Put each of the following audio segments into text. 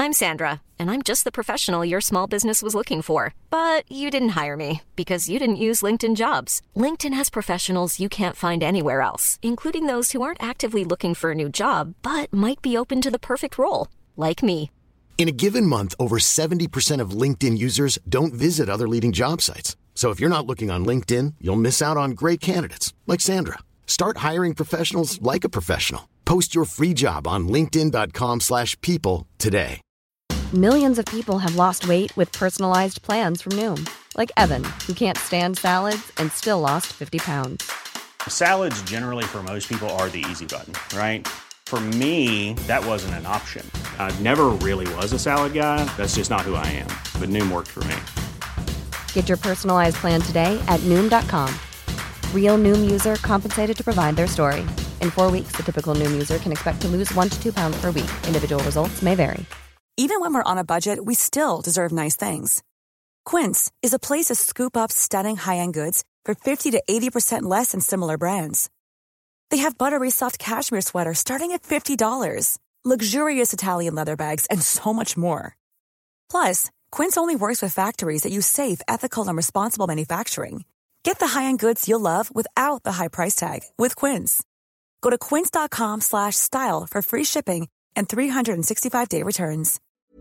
I'm Sandra, and I'm just the professional your small business was looking for. But you didn't hire me because you didn't use LinkedIn Jobs. LinkedIn has professionals you can't find anywhere else, including those who aren't actively looking for a new job, but might be open to the perfect role, like me. In a given month, over 70% of LinkedIn users don't visit other leading job sites. So if you're not looking on LinkedIn, you'll miss out on great candidates like Sandra. Start hiring professionals like a professional. Post your free job on linkedin.com/people today. Millions of people have lost weight with personalized plans from Noom. Like Evan, who can't stand salads and still lost 50 pounds. Salads generally for most people are the easy button, right? For me, that wasn't an option. I never really was a salad guy. That's just not who I am. But Noom worked for me. Get your personalized plan today at Noom.com. Real Noom user compensated to provide their story. In 4 weeks, the typical Noom user can expect to lose 1 to 2 pounds per week. Individual results may vary. Even when we're on a budget, we still deserve nice things. Quince is a place to scoop up stunning high-end goods for 50 to 80% less than similar brands. They have buttery soft cashmere sweaters starting at $50, luxurious Italian leather bags, and so much more. Plus, Quince only works with factories that use safe, ethical, and responsible manufacturing. Get the high-end goods you'll love without the high price tag with Quince. Go to quince.com/style for free shipping and 365-day returns.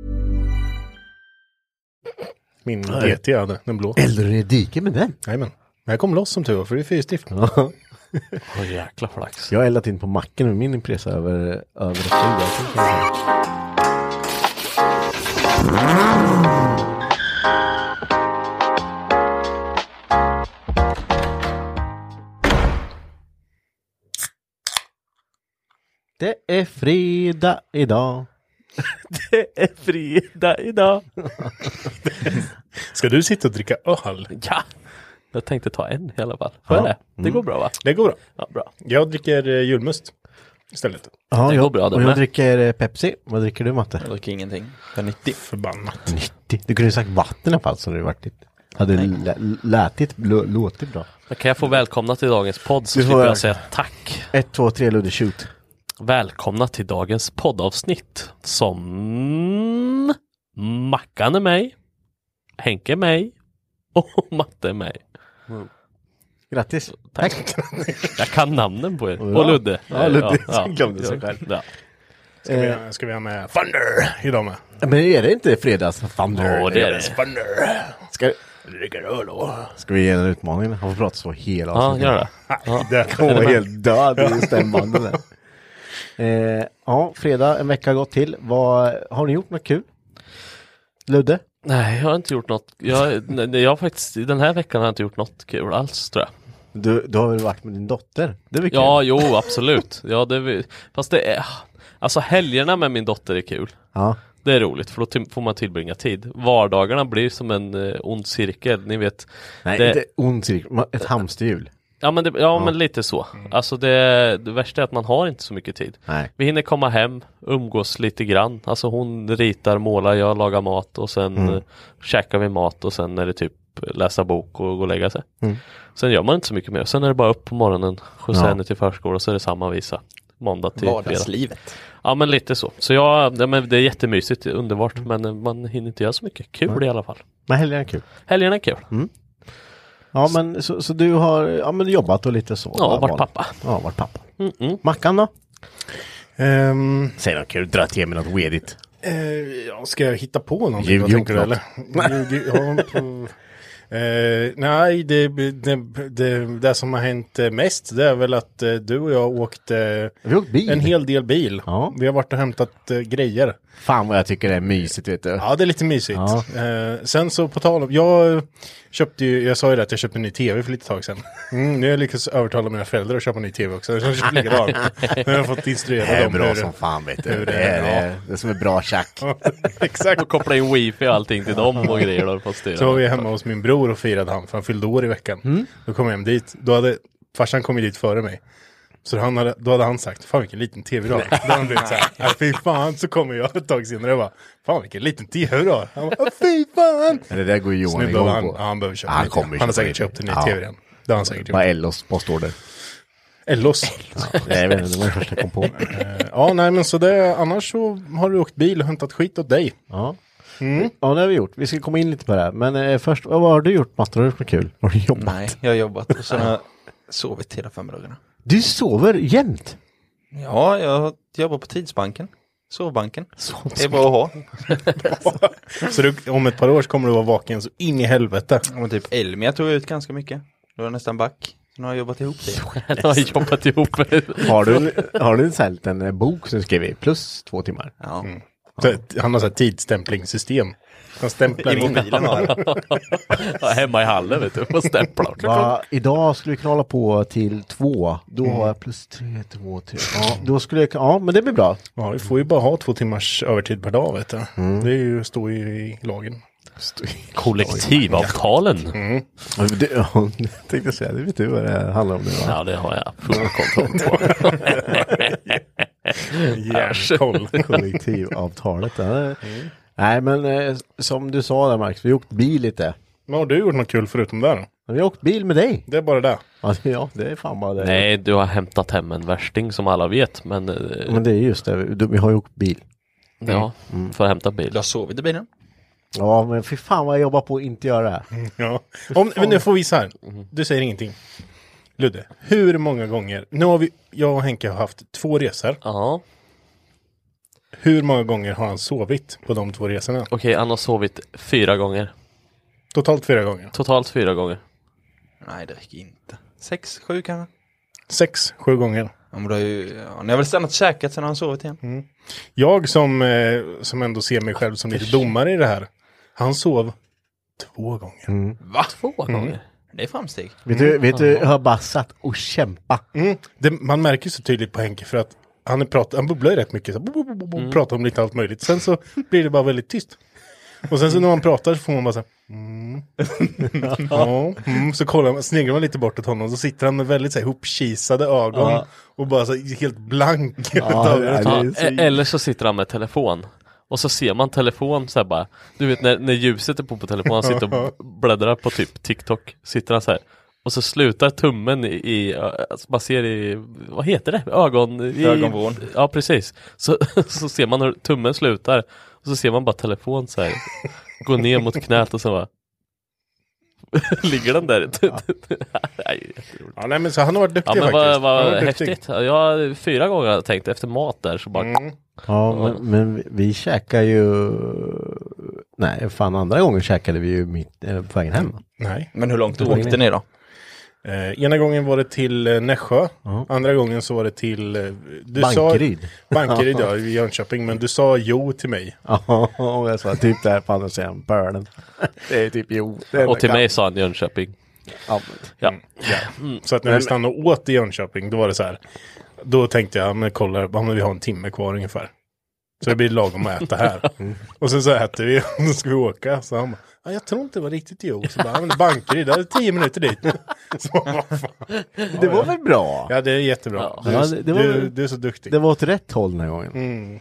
Min GT jag hade, den blå. Eller är dike med den? Jajamän. Men jag kom loss som tur för det är fyrstift. Åh, jäkla flax. Jag har eldat in på macken med min Impresa över Det är fredag idag. Det är fredag idag. Ska du sitta och dricka öl? Ja, jag tänkte ta en i alla fall. Får jag det? Det går bra, va? Det går bra. Ja, bra. Jag dricker julmust istället. Ja, det går bra. Och jag dricker Pepsi. Vad dricker du, Matte? Jag dricker ingenting. Jag är 90. Förbannat. 90. Du kunde ju sagt vatten i alla fall, så det varit lite. Hade låtit bra. Men kan jag få välkomna till dagens podd, så slipper jag säga tack. 1, 2, 3, Ludde, shoot. Välkomna till dagens poddavsnitt som Mackan är mig, Henke är mig och Matte är mig. Grattis. Tack. Jag kan namnen på er. Ja. Och Ludde. Ja, Ludde. Glömde sig själv. Ja. Ska vi ha med Thunder idag med? Men är det inte fredags Thunder? Ja, det är det. Thunder. Ska vi ge en utmaning? Han får prata så hela avsnittet. Ja, gör det. Det kommer vara helt död i stämbanden där. Ja, fredag, en vecka har gått till. Har ni gjort något kul? Ludde? Nej, jag har inte gjort något. Jag har faktiskt, den här veckan har jag inte gjort något kul alls, tror jag. Du har väl varit med din dotter? Det är kul. Ja, jo, absolut. Ja, fast det är... Alltså helgerna med min dotter är kul. Ja. Det är roligt, för då får man tillbringa tid. Vardagarna blir som en ond cirkel, ni vet. Nej, inte ond cirkel, ett hamsterhjul. Ja, men lite så. Alltså det värsta är att man har inte så mycket tid. Nej. Vi hinner komma hem, umgås lite grann. Alltså hon ritar, målar, jag lagar mat och sen käkar vi mat och sen är det typ läsa bok och gå och lägga sig. Sen gör man inte så mycket mer. Sen är det bara upp på morgonen, skjutsa henne till förskola och så är det samma visa. Måndag till vardagslivet. Ja, men lite så. Så men det är jättemysigt, underbart, men man hinner inte göra så mycket. Kul i alla fall. Men helgerna är kul. Helgerna är kul. Ja, men så du har jobbat och lite så. Ja, varit pappa. Ja, varit pappa. Mackan då? Säg något kul, dra till med något weirdigt. Ska jag hitta på någonting? Vad tänker du, eller? Nej, det som har hänt mest, det är väl att du och jag åkte en hel del bil. Ja. Vi har varit och hämtat grejer. Fan vad jag tycker det är mysigt, vet du. Ja, det är lite mysigt. Ja. Sen så på tal om, jag sa ju det att jag köpte en ny tv för lite tag sedan. Nu har jag lyckats övertala mina föräldrar att köpa en ny tv också. Jag köpte likadant. Nu har jag fått instruera dem. Det är bra som fan, vet du. Det är som är bra tjack. Exakt. Och koppla in wifi och allting till dem och grejer. Då, på styra. Så var vi hemma hos min bror och firade han, för han fyllde år i veckan. Då kom jag hem dit. Då hade farsan kommit dit före mig. Så då hade han sagt, fan vilken liten tv du har. Då hade han blivit så här, fy fan, så kommer jag ett tag senare och bara, fan vilken liten tv du har. Han bara, fy fan. Men det där går ju Johan igång på. Han behöver köpa han har säkert köpt en ny tv igen. Det har han säkert gjort. Bara Ellos postorder. Ellos. Jag vet inte, det var det första jag kom på. Ja, nej men så det, annars så har du åkt bil och hämtat skit åt dig. Ja. Ja, det har vi gjort. Vi ska komma in lite på det här. Men först, vad har du gjort, Matt? Har du gjort något kul? Har du jobbat? Nej, jag har jobbat och sen har jag sovit hela förmiddagarna. Du sover jämt? Ja, jag jobbar på Tidsbanken. Sovbanken. Det är bra att ha. Så du, om ett par år så kommer du vara vaken så in i helvete. Och typ Elmia tog ut ganska mycket. Då var jag nästan back. Nu har jag jobbat ihop det. Jag har jobbat ihop. Har du en liten bok som du skrev i plus 2 timmar? Ja. Så, han har så här tidsstämplingssystem. Han stämplar I in. mobilen har jag. Ja, hemma i hallen vet du. Och stämplar. Idag skulle vi kunna hålla på till 2. Då har jag plus 3, 2, 3. Ja, då skulle jag, ja, men det blir bra. Ja, vi får ju bara ha 2 timmars övertid per dag, vet du. Det är ju, står ju i lagen. Kollektivavtalen. Jag tänkte säga, det vet du vad det handlar om nu, va? Ja, det har jag full kontroll på. Järnkoll. Kollektivavtalet. Ja. Nej, men som du sa där, Max, vi har åkt bil lite. Men har du gjort något kul förutom det då? Vi har åkt bil med dig. Det är bara det. Ja, det är fan bara det. Nej, du har hämtat hem en värsting som alla vet. Men det är just det, vi har ju åkt bil. Ja, för att hämta bil. Du har sovit i bilen? Ja, men för fan vad jag jobbar på att inte göra det. Ja. Men nu får vi så här. Du säger ingenting. Ludde, hur många gånger? Nu har jag och Henke har haft 2 resor. Ja. Hur många gånger har han sovit på de 2 resorna? Okej, han har sovit 4 gånger. Totalt 4 gånger. Totalt 4 gånger. Nej, det räcker inte. 6, 7 kanske? 6, 7 gånger. Ja, men då är ju, ni har väl stannat och käkat sen har han sovit igen? Jag som ändå ser mig själv som lite domare i det här. Han sov 2 gånger. Va? 2 gånger? Det är framsteg. Vet du, jag har bara satt och kämpa. Man märker så tydligt på Henke för att han bubblar ju rätt mycket. Pratar om lite allt möjligt. Sen så blir det bara väldigt tyst. Och sen så när man pratar så får man bara så här, så sneglar man lite bort åt honom. Så sitter han med väldigt så här hopkisade ögon och bara så helt blank. Eller så sitter han med telefon. Och så ser man telefon så här bara. Du vet när ljuset är på telefonen, han sitter och bläddrar på typ TikTok. Sitter han så här. Och så slutar tummen alltså man ser i, vad heter det? Ögonvrån. Ja, precis. Så ser man hur tummen slutar. Och så ser man bara telefon så här. Gå ner mot knät och så bara. Ligger den där? Nej, men så han har varit duktig men faktiskt. Vad häftigt. Jag 4 gånger tänkt efter mat där så bara. Ja, men vi käkar ju. Nej, fan andra gången käkade vi ju på vägen hem. Nej. Men hur långt åkte ni då? Ena gången var det till Nässjö. Andra gången så var det till Bankeryd, ja, i Jönköping. Men du sa jo till mig. Ja, och jag sa typ där på andra sidan Börnen. Det är typ jo. Och till mig sa han Jönköping. Ja. Så att när vi stannade och åt i Jönköping, då var det så här. Då tänkte jag, men kolla, vi har en timme kvar ungefär. Så det blir lagom att äta här. Och sen så äter vi och då ska vi åka. Så han bara, jag tror inte det var riktigt jo. Så bara, men Bankeryd, det är 10 minuter dit. Så, det var väl bra? Ja, det är jättebra. Ja. Du är så duktig. Det var åt rätt håll den här gången.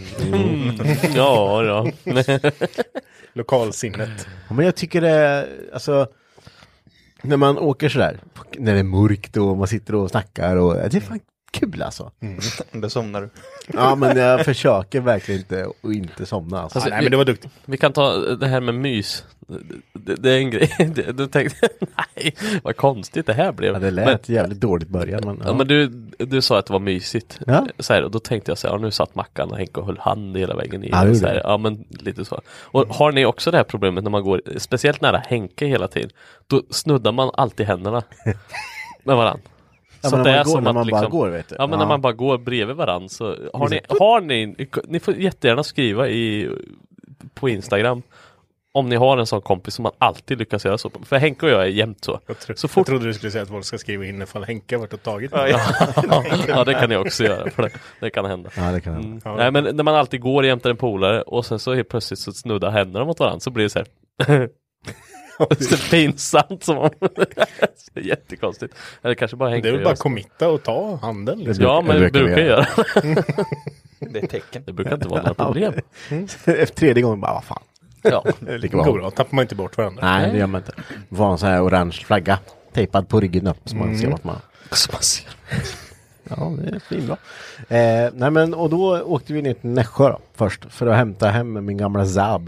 Ja. Lokalsinnet. Ja, men jag tycker det, alltså, när man åker sådär, när det är mörkt och man sitter och snackar och det är fan kul alltså. Då somnar du. Ja, men jag försöker verkligen inte somna alltså. Nej, men det var duktigt. Vi kan ta det här med mys. Det är en grej. Du tänkte, nej, vad konstigt det här blev. Ja, det lät jävligt dåligt början. Men du sa att det var mysigt. Ja. Så här, och då tänkte jag så här, nu satt Mackan och Henke och höll hand hela vägen in. Ja, så här, ja, men lite så. Och har ni också det här problemet när man går speciellt nära Henke hela tiden? Då snuddar man alltid händerna med varann. Ja, så men det är man går, som när att man liksom, bara går, vet du. Ja, men när man bara går bredvid varann så har ni får jättegärna skriva på Instagram om ni har en sån kompis som man alltid lyckas göra så. För Henke och jag är jämt så. Jag trodde du skulle säga att folk ska skriva in ifall Henke har varit och tagit. Ja, det kan ni också göra. För det kan hända. Ja, det kan hända. Nej, men när man alltid går jämte en polare och sen så helt plötsligt så snuddar händerna mot varandra så blir det så här. Det är pinsamt som om det är jättekonstigt. Eller kanske bara det är väl bara committa och ta handen liksom. Ja, men det brukar göra. Det är tecken. Det brukar inte vara några problem. Efter 3:e gången bara, vad fan. Ja, det går bra. Tappar man inte bort varandra. Nej, det gör man inte. Det var en sån här orange flagga tejpad på ryggen upp så man ser vart man... Så man ser. Ja, det är svinbra. Nej men, och då åkte vi ner till Nässjö då, först för att hämta hem min gamla Saab.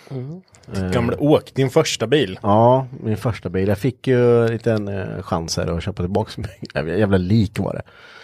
Din första bil. Ja, min första bil. Jag fick ju en liten chans här att köpa tillbaka. Jävla lik var det.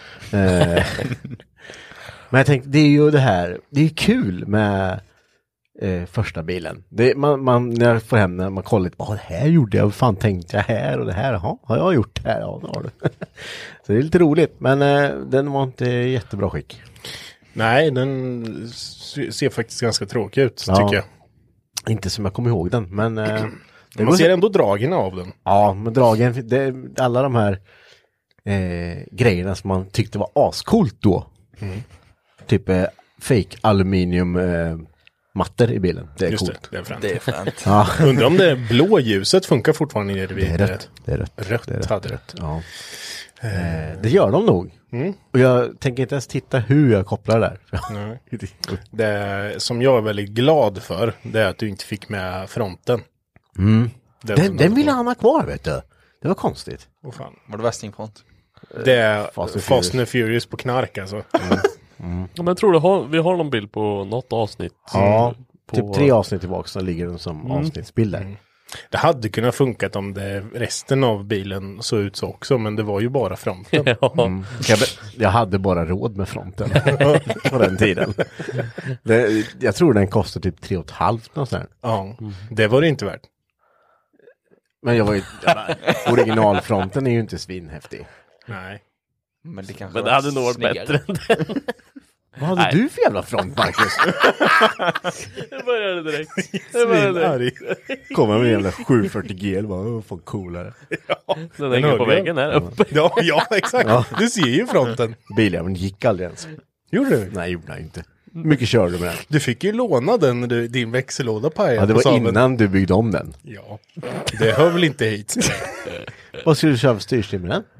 Men jag tänkte, det är ju det här. Det är kul med första bilen. Man när jag får hem, när man kollar lite, det här gjorde jag, vad fan tänkte jag här och det här, har jag gjort det här? Ja, det har du. Så det är lite roligt, men den var inte jättebra skick. Nej, den ser faktiskt ganska tråkig ut, tycker jag. Inte som jag kommer ihåg den, men... man ser ändå dragen av den. Ja, men dragen, alla de här grejerna som man tyckte var ascoolt då. Typ fake aluminium mattor i bilen. Det är just coolt. Det är fränt. Ja. Undrar om det blå ljuset funkar fortfarande nere vid... Det är rött. Rött hade rött. Ja. Det gör de nog. Och jag tänker inte ens titta hur jag kopplar där. Nej. Det som jag är väldigt glad för, det är att du inte fick med fronten. Den ville han ha kvar, vet du. Det var konstigt. Fan. Var det västingfront? Det är Fast and Furious på knark alltså. Ja, men jag tror vi har någon bild på något avsnitt. Ja, på... typ 3 avsnitt tillbaka så ligger den som avsnittsbilder. Det hade kunnat funkat om resten av bilen såg ut så också, men det var ju bara fronten. Jag hade bara råd med fronten på den tiden. Jag tror den kostar typ 3,5 någonstans. Ja, det var det inte värt. Men jag var ju... originalfronten är ju inte svinhäftig. Nej. Men det, det hade nog varit bättre än den. Vad hade du för jävla front, Marcus? Det började direkt. Kommer med en jävla 740G. Det var fan coolare. Ja, den hänger på väggen här uppe. Ja, exakt. Ja. Du ser ju fronten. Biljäveln gick aldrig ens. Gjorde du? Nej, gjorde jag inte. Mycket körde med den. Du fick ju låna den när din växellåda pajade. Ja, det var innan du byggde om den. Ja, det hör väl inte hit. Vad skulle du köra för styrstil med den?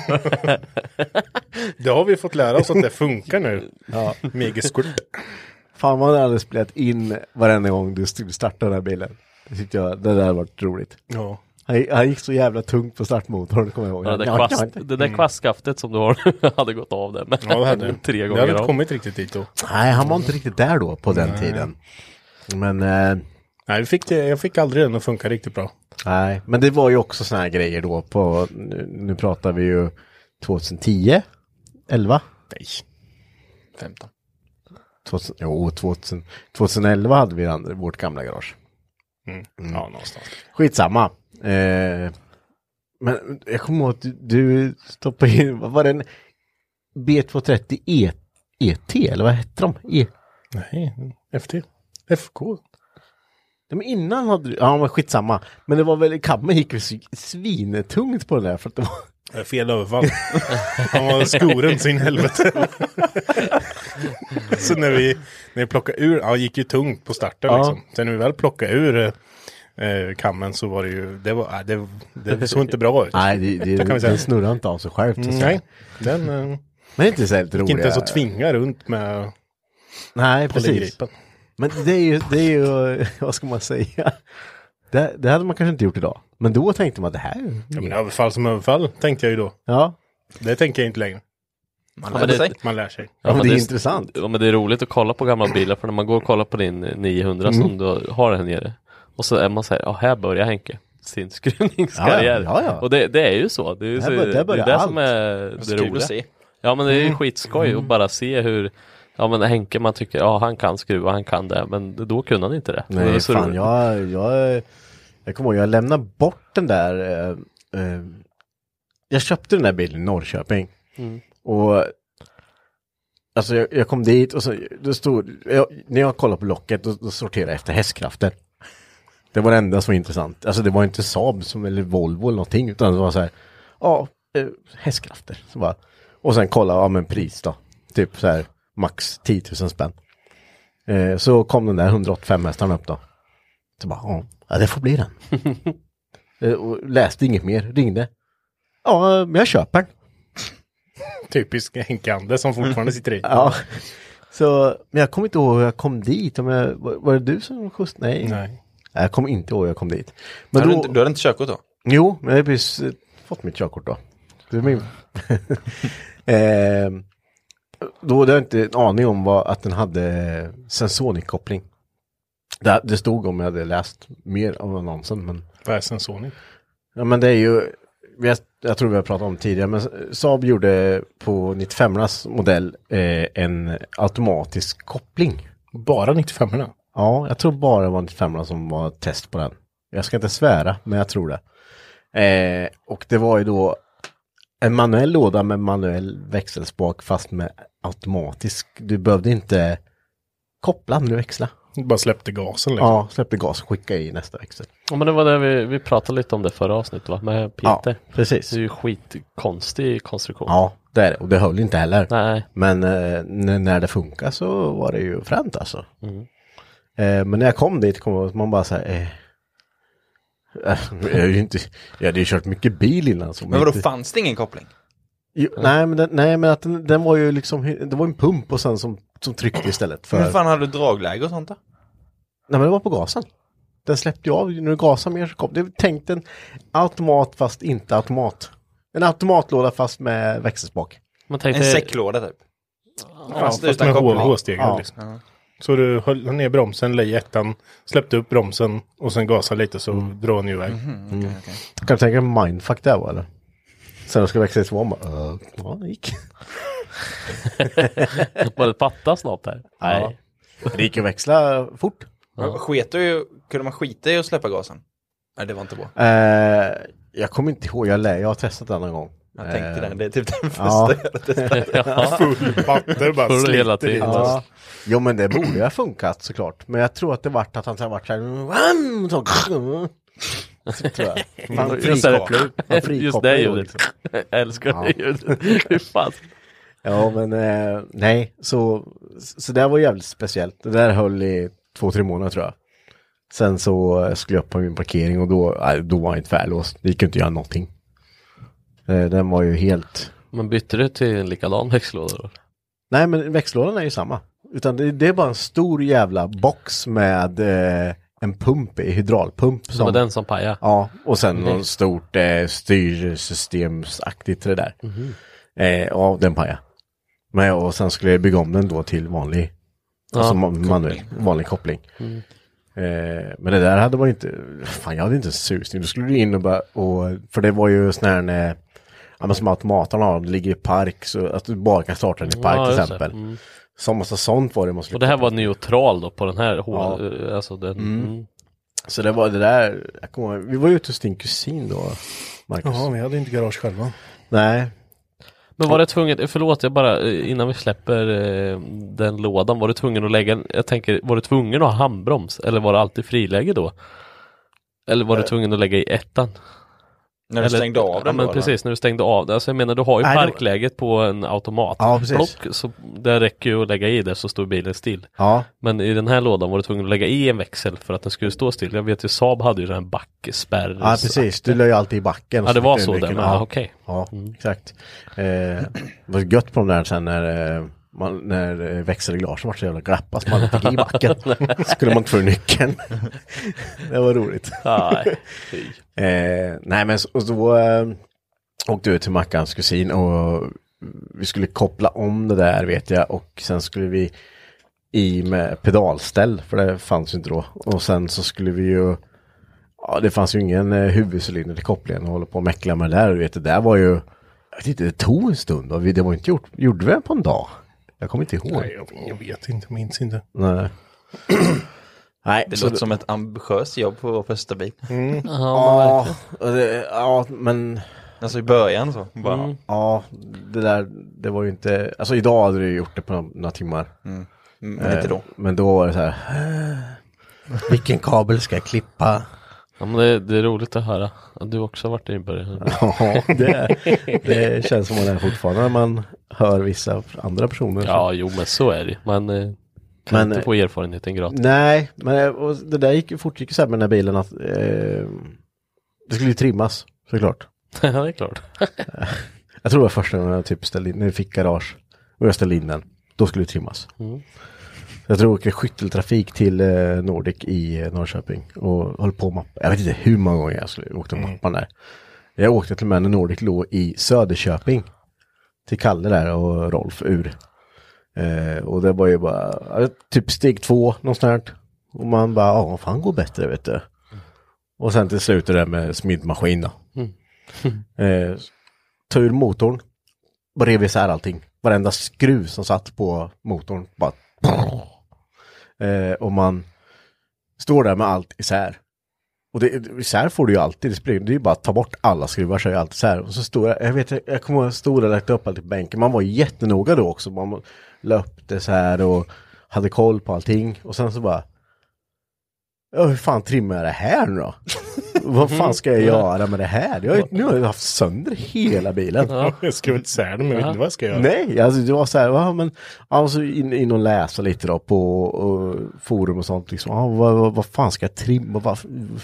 Det har vi fått lära oss att det funkar nu. Ja. Megaskurt. Fan, man hade spelat in varenda gång du startade den här bilen. Det tyckte jag, det där var roligt. Ja. Han gick så jävla tungt på startmotorn, kommer jag ihåg. Ja, det där kvastskaftet som du har hade gått av det. Ja, det hade 3 gånger. Det hade inte kommit riktigt dit då. Nej, han var inte riktigt där då på den tiden. Men... nej, jag fick aldrig den att funka riktigt bra. Nej, men det var ju också såna här grejer då på... Nu pratar vi ju 2010? 11? Nej. 15. 2011 hade vi vårt gamla garage. Ja, någonstans. Skitsamma. Men jag kommer ihåg att du stoppade in... Vad var det? En B230 ET? Eller vad hette de? Nej, FT. FK. Men innan hade du... Ja, men skitsamma. Men det var väl... Kammen gick ju svinetungt på det där. För att det var... Fel överfall. Han var skoren sin helvete. Så när vi plockade ur... Ja, gick ju tungt på starten liksom. Sen när vi väl plockade ur kammen så var det ju... Det såg inte bra ut. Nej, den snurrar inte av sig själv. Nej, den... Men inte så helt roligt. Inte så tvinga runt med... Nej, precis. Men det är ju vad ska man säga? Det hade man kanske inte gjort idag. Men då tänkte man att det här... Ja, men överfall som överfall tänkte jag ju då. Ja. Det tänker jag inte längre. Man lär sig. Ja, men det är intressant. Ja, men det är roligt att kolla på gamla bilar. För när man går och kollar på din 900 som du har här nere. Och så är man så här, här börjar Henke sin skruvningskarriär. Ja. Och det är ju så. Det är ju så, det som är det roliga. Ja, men det är ju skitskoj att bara se hur... Ja, men Henke, man tycker, han kan skruva, han kan det. Men då kunde han inte det. Nej, fan, jag kommer ihåg, jag lämnade bort den där... jag köpte den där bilen i Norrköping. Och... Alltså, jag kom dit och så... Det stod, när jag kollade på locket, då sorterade jag efter hästkrafter. Det var det enda som var intressant. Alltså, det var inte Saab eller Volvo eller någonting. Utan det var så här... hästkrafter. Så bara, och sen kolla, men pris då. Typ så här... Max 10 000 spänn. Så kom den där 185 hästarn upp då. Så bara, det får bli den. Och läste inget mer, ringde. Ja, men jag köper den. Typisk Henke som fortfarande sitter i. Ja, så, men jag kommer inte ihåg hur jag kom dit. Var det du som skjuts? Nej. Jag kommer inte ihåg hur jag kom dit. Men du hade inte körkort då? Jo, men jag precis fått mitt körkort då. Det är min... Då hade jag inte en aning om att den hade Sensonic-koppling. Det stod om jag hade läst mer av annonsen. Men... Vad är Sensonic? Ja, men det är ju... Jag tror vi har pratat om tidigare, men Saab gjorde på 95-ornas modell en automatisk koppling. Bara 95-orna? Ja, jag tror bara det var 95-orna som var test på den. Jag ska inte svära, men jag tror det. Och det var ju då en manuell låda med manuell växelspak fast med automatisk. Du behövde inte koppla när du växla. Du bara släppte gasen liksom. Ja, släppte gasen och skickade i nästa växel. Ja, men det var det vi pratade lite om det förra avsnittet, va? Med Peter. Ja, precis. Det är ju skitkonstig konstruktion. Ja, det är det. Och det höll inte heller. Nej. Men när det funkar så var det ju fränt alltså. Men när jag kom dit kom man bara säga jag hade ju kört mycket bil innan. Men vadå, fanns det ingen koppling? Jo, nej, men att den var ju liksom, det var en pump och sen som tryckte istället. Men hur fan hade du dragläge och sånt då? Nej, men det var på gasen. Den släppte ju av, när du gasade mer så kom det. Tänk en automat fast inte automat. En automatlåda fast med växelspak. En säcklåda typ? Fast utan koppling. H-stegar liksom. Så du höll ner bromsen, lägg ettan, släppte upp bromsen och sen gasade lite så drar den iväg. Okay. Kan du tänka dig mindfuck där var eller? Sen jag ska växla i två ja, det gick. Var det patta snart här? Nej. Det gick att växla fort. Kunde man skita i att släppa gasen? Nej, det var inte bra. Jag kommer inte ihåg, jag har testat den en gång. Jag tänkte det är typ den första jag testade. Full patter bara sliter hela tiden. Ja. Jo, men det borde ju ha funkat såklart. Men jag tror att det vart att han har varit så här. Just det ljudet. Jag älskar det ljudet. Hur fan? Ja, men nej. Så det var jävligt speciellt. Det där höll i 2-3 månader tror jag. Sen så skulle jag upp på min parkering och då var jag inte färlåst. Det gick inte att göra någonting. Den var ju helt... Men bytte du till en likadan växellåda då? Nej, men växellådan är ju samma. Utan det är bara en stor jävla box med en pump, hydraulpump. Det var den som pajade? Ja, och sen något stort styrsystemsaktigt till det där. Ja, den pajade. Men och sen skulle jag bygga om den då till vanlig, alltså manuell, vanlig koppling. Men det där hade man inte, fan jag hade inte en susning. Då skulle du in och bara, för det var ju sån här, som automaterna har, det ligger i park så att du bara kan starta den i park till exempel. Så massa sånt var det måste. Och det här var neutral då på den här alltså Så det var det där, vi var ute hos din kusin då, Marcus. Ja, vi hade inte garage själva. Nej. Men var det tvunget, förlåt jag bara, innan vi släpper den lådan, var du tvungen att lägga, var du tvungen att ha handbroms? Eller var det alltid friläge då? Eller var du tvungen att lägga i ettan? När du stängde av den? Ja, men precis, när du stängde av det. Alltså jag menar, du har ju parkläget på en automatblock, så det räcker ju att lägga i det så står bilen still. Ja. Men i den här lådan var du tvungen att lägga i en växel för att den skulle stå still. Jag vet ju, Saab hade ju den backspärr. Ja, precis. Du lade ju alltid i backen. Ja, det var så där. Ja, okej. Ja, exakt. Det var gött på de där sen när växelreglagen var så jävla glappas man inte i backen. Skulle man inte få nyckeln. Det var roligt. Nej, men så åkte vi till Mackans kusin och vi skulle koppla om det där vet jag, och sen skulle vi i med pedalställ, för det fanns ju inte då, och sen så skulle vi ju, det fanns ju ingen huvudcylinder till kopplingen och hålla på och mäckla med det där, och vet, det där var ju, jag vet inte, det tog en stund och det var inte gjorde vi det på en dag? Jag kommer inte ihåg. Nej, jag vet inte, minns inte. Nej. Nej, det låter som ett ambitiöst jobb på vår första bil. Ja, men alltså i början så bara. Ja, det var ju inte, alltså idag hade du gjort det på några timmar. Men inte då. Men då var det så här, vilken kabel ska jag klippa? Ja, men det är roligt att höra att du också har varit i början. Ja, det känns som man är fortfarande när man hör vissa andra personer. Ja, jo, men så är det. Man kan inte få erfarenheten gratis. Nej, men det där fortgick så här med den här bilen att det skulle ju trimmas, såklart. Ja, det är klart. Jag tror det var första gången jag typ ställde in, när vi fick garage och jag ställde in den, då skulle det trimmas. Jag tror jag åker skytteltrafik till Nordic i Norrköping och håller på att mappa. Jag vet inte hur många gånger jag skulle åka och mappa där. Jag åkte till Männen Nordic låg i Söderköping. Till Kalle där och Rolf ur. Och det var ju bara typ steg 2 någonstans. Och man bara, fan går bättre vet du. Och sen till slut det där med smidmaskin då. Ta ur motorn. Bara rev isär allting. Varenda skruv som satt på motorn. Bara. Och man står där med allt isär. Och isär får du ju alltid. Det är ju bara att ta bort alla skruvar så är allt isär. Och så står jag kommer ihåg stora lagt upp allt i bänken. Man var jättenoga då också. Man löpte så här och hade koll på allting. Och sen så bara hur fan trimmar jag det här nu då? Vad fan ska jag göra med det här? Nu har jag haft sönder hela bilen. Jag ska inte säga det, men jag vet inte vad jag ska göra. Nej, alltså det var så här, men alltså in och läsa lite då på forum och sånt liksom. Vad fan ska jag trimma?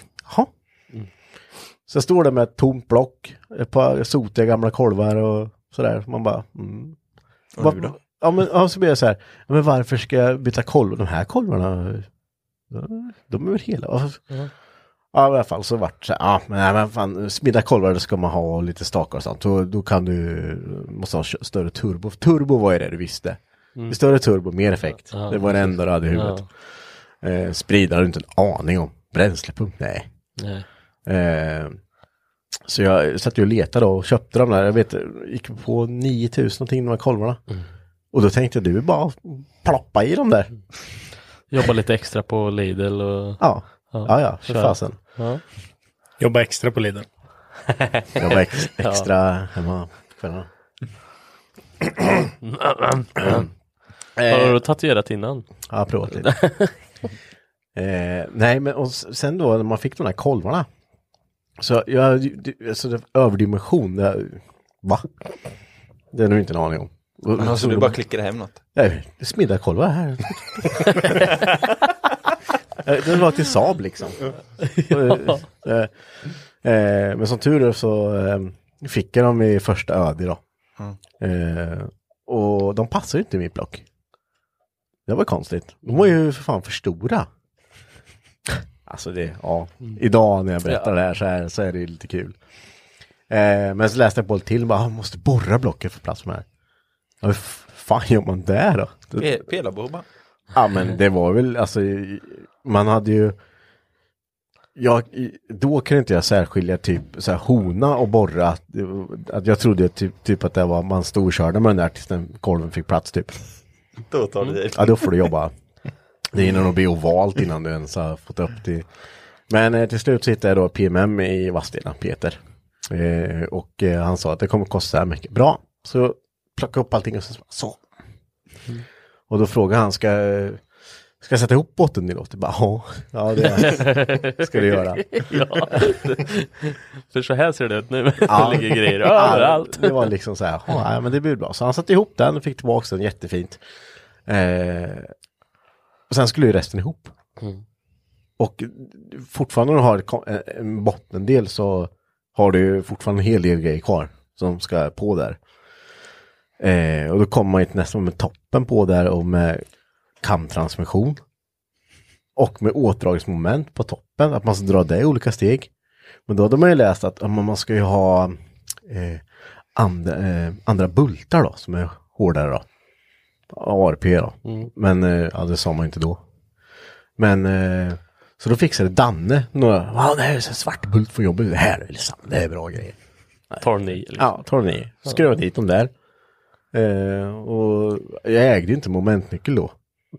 Så jag står där med ett tomt block, ett par sotiga gamla kolvar och sådär. Man bara Och nu då? Så blir jag så här, men varför ska jag byta kolvar? De här kolvarna de är väl hela. Ja, i alla fall så vart så här, men fan, smidda kolvar ska man ha lite stakar och sånt. Då kan måste ha större turbo. Turbo var ju det du visste. Större turbo, mer effekt. Det var det enda du hade i huvudet. Spridare inte en aning om. Bränslepump, nej. Så jag satt ju och letade och köpte de där. Jag vet, gick på 9000 någonting de här kolvarna. Och då tänkte jag, du bara ploppa i dem där. Jobba lite extra på Lidl och... Ja, för fasen. Ja. Jobba extra på Lidl. Jobba extra hemma kvällarna. Har du tatuerat innan? Ja, provat lite. Nej, men och sen då när man fick de här kolvarna. Så överdimension. Va? Det är nog inte en aning om. Alltså du bara klickade hem något? Nej, det smidda kolvar här. Det var till Saab liksom. Men som tur är så fick jag dem i första öde då. Och de passar ju inte i mitt block. Det var konstigt. De var ju för fan för stora. Alltså idag när jag berättar det här så är det lite kul. Men så läste jag på till bara, måste borra blocket för plats med här. Vad fan gör man där då? Pelarborra. Ja, men det var väl, alltså, man hade ju, då kunde inte jag särskilja typ så här hona och borra, att jag trodde typ att det var, man storkörde med den där tills den kolven fick plats typ. Då tar det dig. Ja, då får du jobba. Det är nog bli ovalt innan du ens har fått upp det. Men till slut så hittade jag då PMM i Vadstena, Peter. Och han sa att det kommer kosta så här mycket. Bra, så plocka upp allting och så. Och då frågade han, ska jag sätta ihop bottennilåt? Bara, ja, det ska du göra. För så här ser det ut nu. Det ligger grejer överallt. Det var liksom så här, ja, men det blir bra. Så han satte ihop den och fick tillbaka den jättefint. Och sen skulle ju resten ihop. Och fortfarande när du har en bottendel så har du fortfarande en hel del grejer kvar som ska på där. Och då kommer man ju nästan med toppen på där och med kamtransmission. Och med åtdragsmoment på toppen, att man ska dra det i olika steg. Men då hade man ju läst att man ska ju ha andra bultar då, som är hårdare då. ARP då. Men det sa man inte då. Men så då fixade Danne några, det här är en svart bult från jobbet, det här är liksom, det är bra grejer. Torni. Liksom. Ja, Torni. Skruva dit dem där. Och jag ägde inte momentnyckel då.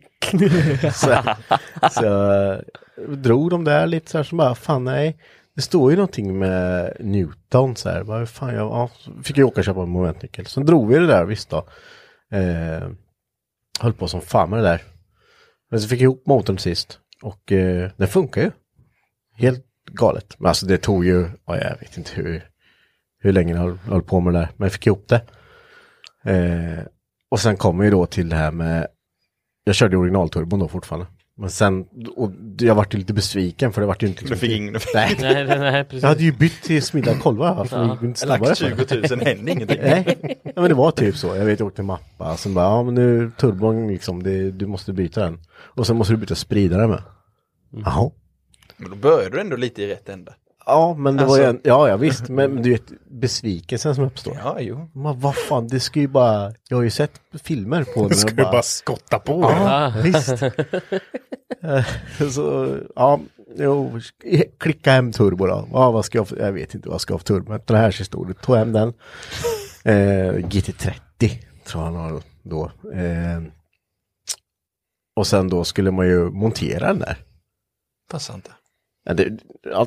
så jag drog dem där lite så här som bara, fan nej. Det står ju någonting med Newton så här. Bara, fan, fick jag åka och köpa en momentnyckel. Så drog vi det där, visst då. Höll på som fan med det där. Men så fick jag ihop motorn sist. Och den funkar ju. Helt galet. Men alltså det tog ju, jag vet inte hur länge jag höll på med det där. Men jag fick ihop det. Och sen kommer ju då till det här med, jag körde originalturbon då fortfarande. Men sen, och jag vart ju lite besviken för det vart ju inte... Du fick ingen effekt. Nej, precis. Jag hade ju bytt till smidda kolvar. Lagt 20 000 hände ingenting. Nej, men det var typ så. Jag vet, jag åkte mappa. Sen bara, men nu turbon liksom, du måste byta den. Och sen måste du byta spridare med. Jaha. Men då började du ändå lite i rätt ända. Ja, men det var ju ja, visst. Men du vet, besvikelsen som uppstår. Ja, jo. Men vad fan, det ska ju bara... Jag har ju sett filmer på Du ska ju bara skotta på. Ja, visst. Så, ja, jo, klicka hem turbo då. Ja, vad ska jag vet inte vad jag ska ha för turbo. Men den här historien, tog hem den. GT30 tror jag han har då. Och sen då skulle man ju montera den där. Passar inte. Ja,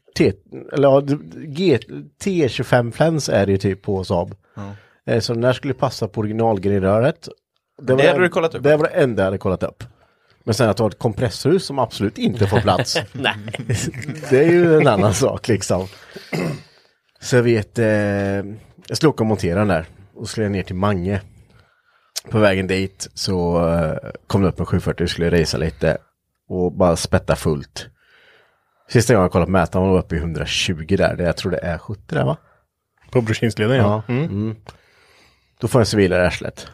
T25 fläns är det ju typ på Saab. Ja. Så den där skulle passa på originalgrenröret. Det hade du kollat upp? Det var det enda jag hade kollat upp. Men sen att ha ett kompressorhus som absolut inte får plats. Nej. Det är ju en annan sak liksom. Så jag vet, jag skulle åka och montera den där. Och skulle jag ner till Mange. På vägen dit så kom det upp en 740 och skulle racea lite. Och bara spätta fullt. Sista gången jag kollade på mätaren var uppe i 120 där. Jag tror det är 70 där, va? På Brorsinsleden, ja. Då får jag en civilare arslet.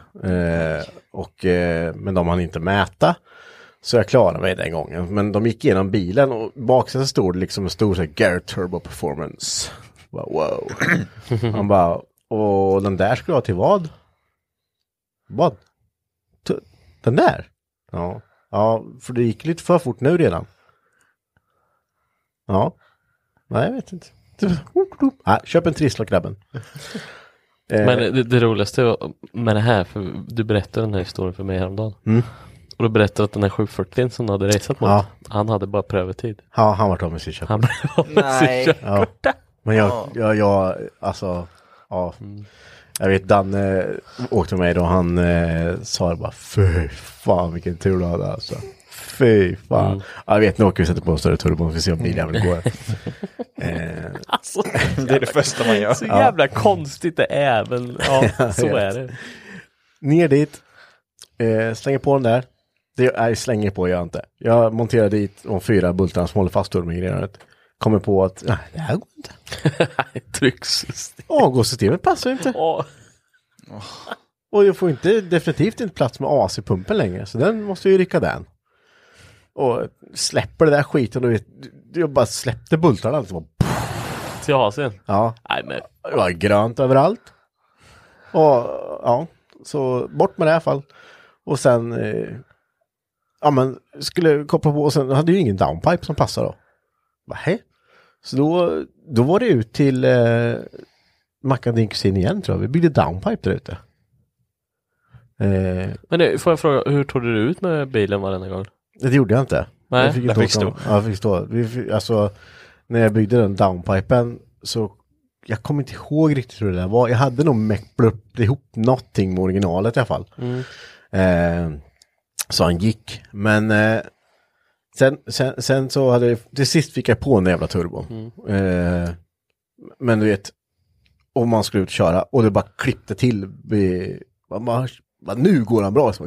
Men de hann inte mäta. Så jag klarade mig den gången. Men de gick igenom bilen och baksidan stod det liksom en stor så här, Garrett Turbo Performance. Wow. Han bara, och den där skulle jag till vad? Vad? Den där? Ja, för det gick lite för fort nu redan. Ja. Nej, jag vet inte. Köp en trissla, grabben. Men det roligaste med det här, för du berättade den här historien för mig häromdagen. Och du berättade att den här 740 som du hade raceat mot, han hade bara prövetid. Ja, han var av med sitt körkort. Han blev av med sitt körkort. Ja. Men jag alltså, ja. Jag vet, Danne åkte med mig då, han sa det bara, fy fan vilken tur du hade alltså. Fy fan. Jag vet, nu åker vi sätter på en större turbo för att se om biljäveln går. Alltså, det är det första man gör. Så jävla konstigt det är, men ja, så är det. Ner dit, slänger på den där. Jag slänger på, jag inte. Jag monterar dit de 4 bultarna som håller fast turbogrenet. Kommer på att, nej, det här går inte. Trycksystem. Avgassystemet passar inte. Och jag får definitivt inte plats med AC-pumpen längre. Så den måste ju rycka den. Och släpper det där skiten och jag bara släppte bultarna alltså. Till AC:n? Ja. Nej, men det var grönt överallt. Och ja, så bort med det i alla fall. Och sen men skulle koppla på och sen hade ju ingen downpipe som passade då. Hej. Så då var det ut till Mackan din kusin igen, tror jag. Vi byggde downpipe där ute. Men får jag fråga, hur tog du ut med bilen varenda gång? Det gjorde jag inte. Nej, jag fick stå. Ja, jag fick stå. Alltså, när jag byggde den downpipen så jag kommer inte ihåg riktigt hur det där var. Jag hade nog mäcklat ihop någonting med originalet i alla fall. Så han gick. Men sen så hade till sist fick jag på en jävla turbo. Men du vet, om man skulle ut och köra och det bara klippte till nu går han bra.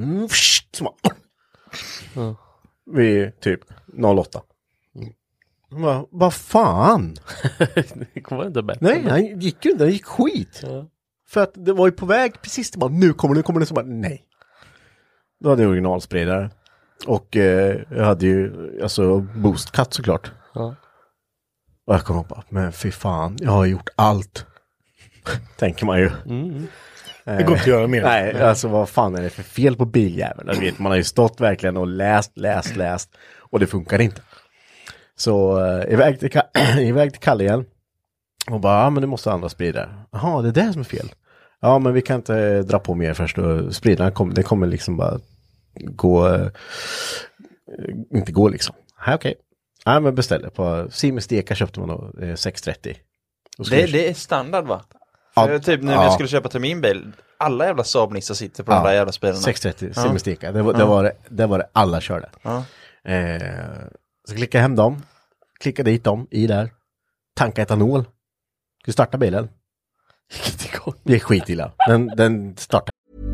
Vid typ 08. Vad fan? Det kommer inte bättre. Nej, han gick ju inte. Han gick skit. Ja. För att det var ju på väg precis till bara, nu kommer det så bara, nej. Då hade jag originalspridare. Och jag hade ju alltså boost cut såklart. Ja. Och jag kom upp, men fy fan, jag har gjort allt. Tänker man ju. Det går inte att göra mer. Nej, alltså vad fan är det för fel på biljäveln? Jag vet, man har ju stått verkligen och läst. Och det funkar inte. Så iväg till Kalle igen. Och bara, men det måste andra sprida. Jaha, det är det som är fel. Ja, men vi kan inte dra på mer först. Spridaren det kommer liksom bara gå. Inte gå liksom. Okej. Ja, men beställer på Siemens Deka köpte man då 630. Det är standard, va? För typ när jag skulle köpa till min bil, alla jävla Saab-nissar sitter på de där jävla spelarna. 630, Siemens Deka. Det var det alla körde. Så klicka hem dem. Klicka dit dem i där. Tanka etanol. Ska starta bilen. Det är skitilla. Den startar.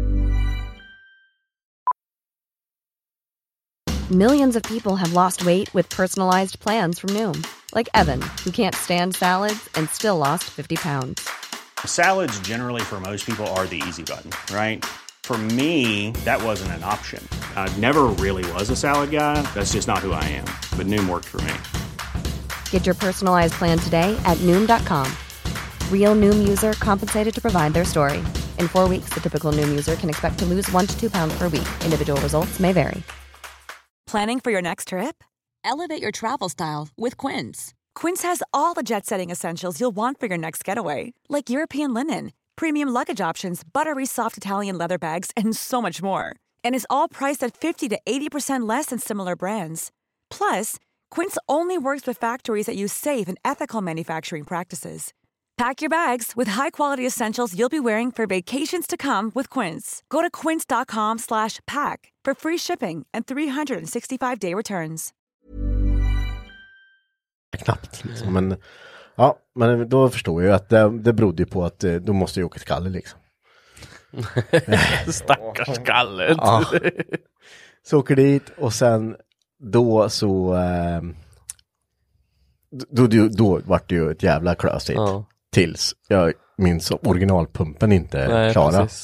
Millions of people have lost weight with personalized plans from Noom. Like Evan, who can't stand salads and still lost 50 pounds. Salads generally for most people are the easy button, right? For me, that wasn't an option. I never really was a salad guy. That's just not who I am. But Noom worked for me. Get your personalized plan today at Noom.com. Real Noom user compensated to provide their story. In 4 weeks, the typical Noom user can expect to lose 1 to 2 pounds per week. Individual results may vary. Planning for your next trip? Elevate your travel style with Quince. Quince has all the jet-setting essentials you'll want for your next getaway, like European linen, premium luggage options, buttery soft Italian leather bags, and so much more. And is all priced at 50 to 80% less than similar brands. Plus, Quince only works with factories that use safe and ethical manufacturing practices. Pack your bags with high-quality essentials you'll be wearing for vacations to come with Quince. Go to quince.com/pack for free shipping and 365-day returns. Knappt liksom. Men ja, men då förstår jag ju att det berodde på att då måste jag åka till Kalle liksom. Stackars Kalle. Ja. Så åker dit och sen då så då vart det ju ett jävla klösigt. Ja. Tills jag minns originalpumpen inte klara. Precis.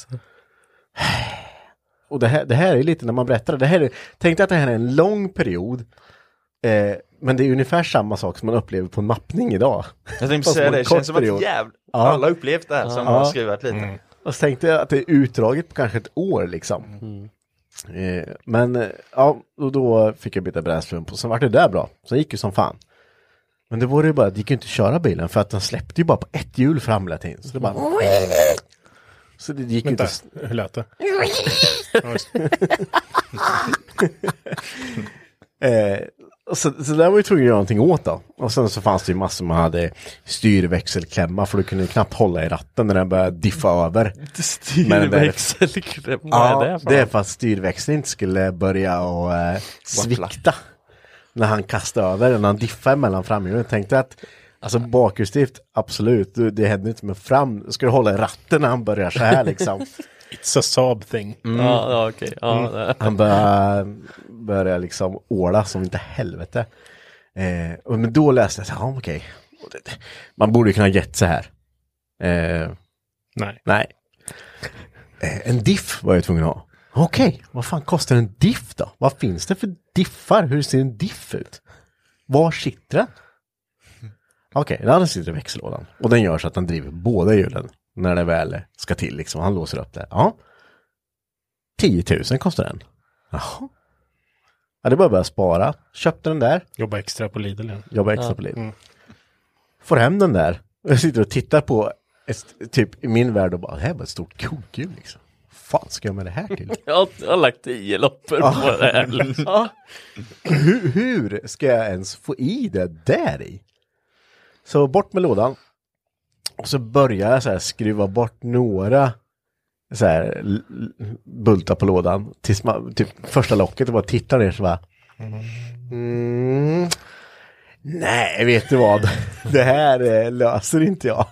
Och det här är lite när man berättar det. Tänkte att det här är en lång period. Men det är ungefär samma sak som man upplever på en mappning idag. Jag tänkte säga det känns som att alla upplevt det här som har skrivit lite. Och så tänkte jag att det är utdraget på kanske ett år liksom. Men ja, och då fick jag byta bränslepump och så var det där bra. Så gick ju som fan. Men det var ju bara, det gick ju inte att köra bilen för att den släppte ju bara på ett hjul fram hela tiden. Så det bara... Så det gick ju inte... Hur lät det? Så där var ju tvungen att göra någonting åt då. Och sen så fanns det ju massor, man hade styrväxelklämma för du kunde knappt hålla i ratten när den började diffa över. Styrväxelklämma, vad är det för? Det är för att styrväxeln inte skulle börja och svikta när han kastade över, när han diffade mellan framhjulen. Jag tänkte att alltså bakhjulsdrift, absolut, det hände inte, med fram ska du hålla i ratten när han börjar så här liksom. It's a Saab thing. Ja, okej. Ja, han börjar liksom åla som inte helvete. Men då läste jag så här, okej. Man borde ju kunna gett så här. Nej. En diff var jag tvungen att ha. Okej, vad fan kostar en diff då? Vad finns det för diffar? Hur ser en diff ut? Var sitter den? Okej, den sitter i växellådan. Och den gör så att den driver båda hjulen när det väl ska till. Liksom. Han låser upp det. Ja. 10 000 kostar den. Jaha. Ja, det bara börja spara. Köpte den där. Jobba extra på Lidl. På Lidl. Får hem den där. Jag sitter och tittar på typ i min värld och bara, det här var ett stort kokhjul liksom. Fan ska jag med det här till? Jag har lagt 10 loppor på det här. Liksom. Hur ska jag ens få i det där i? Så bort med lådan. Och så börjar jag så här skruva bort några så här bultar på lådan. Tills typ första locket och bara tittar ner så bara. Nej, vet du vad? Det här löser inte jag.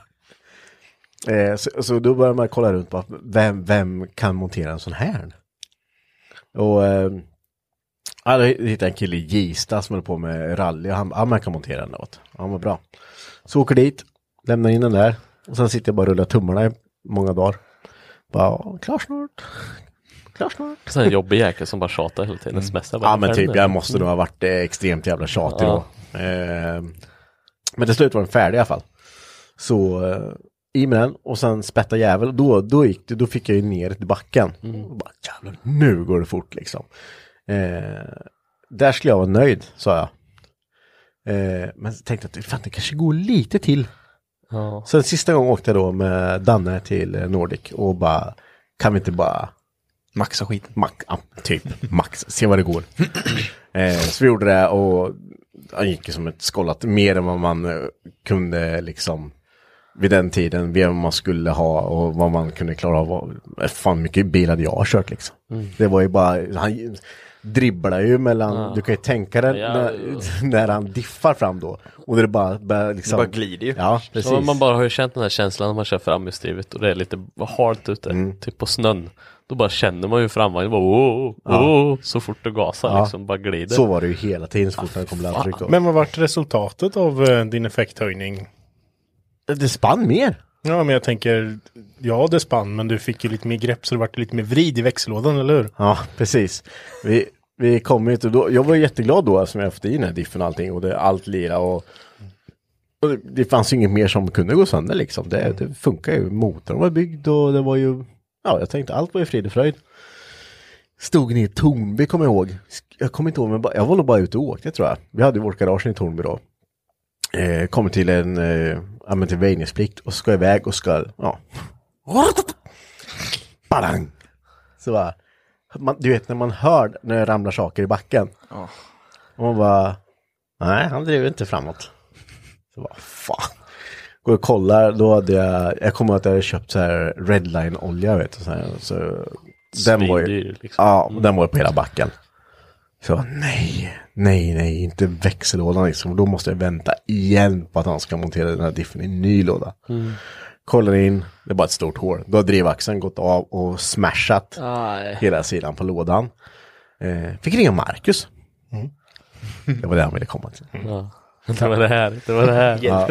Så då börjar man kolla runt på vem kan montera en sån här? Och jag hittade en kille i Gista som höll på med rally och man kan montera den åt. Ja, men bra. Så åker dit, lämnar in den där och sen sitter jag bara och rullar tummarna i många dagar. Bara, klar snart. Så en jobbig jäkel som bara tjatar hela tiden. Smsar bara. Ja, men typ, jag måste nog ha varit extremt jävla tjatig då. Men till slut var den färdig i alla fall. Så i med den och sen spätta jävel. Då fick jag ju ner till backen. Och bara, jävlar, nu går det fort liksom. Där skulle jag vara nöjd, sa jag. Men jag tänkte att fan, det kanske går lite till. Ja. Så den sista gången åkte jag då med Danne till Nordic och bara, kan vi inte bara maxa skit? Max, se vad det går. Så vi gjorde det och han gick som ett skållat mer än vad man kunde liksom vid den tiden, vad man skulle ha och vad man kunde klara av. Fan mycket bil hade jag kört liksom. Det var ju bara, han dribblar ju mellan, du kan ju tänka dig när han diffar fram då och det bara liksom, det bara glider ju. Ja, precis. Så man bara har ju känt den här känslan när man kör fram i strivet och det är lite halt ute, typ på snön. Då bara känner man ju framvagnen bara så fort du gasar liksom, bara glider. Så var det ju hela tiden så fort det kom landtryck då. Men vad var resultatet av din effekthöjning? Det spann mer. Ja, men jag tänker, ja det spann, men du fick ju lite mer grepp så det var lite mer vrid i växellådan, eller hur? Ja, precis. vi kom inte då. Jag var jätteglad då som jag haft i den här diffen och allting. Och det allt lira och det fanns inget mer som kunde gå sönder liksom. Det funkar ju. Motorn var byggd och det var ju, ja, jag tänkte allt var ju frid och fröjd. Stod ni i Tornby, kommer jag ihåg. Jag kommer inte ihåg, men jag var nog bara ute och åkte, tror jag. Vi hade ju vårt garage i Tornby då. Kommer till till väjningsplikt och ska iväg och ska, ja. Badang! Så bara, du vet när man hör när det ramlar saker i backen. Och man bara, nej, han driver inte framåt. Så bara, fan. Går och kollar, då hade jag kommer att jag hade köpt så här Redline-olja, vet du, så den var ju, liksom. Ja, den var ju på hela backen. Så nej, inte växellådan liksom. Då måste jag vänta igen på att han ska montera den här diffen i en ny låda. Kollar in, det är bara ett stort hål. Då har drivaxeln gått av och smashat hela sidan på lådan. Fick ringa Marcus. Det var det han ville komma till. Ja. Det var det här. Ja.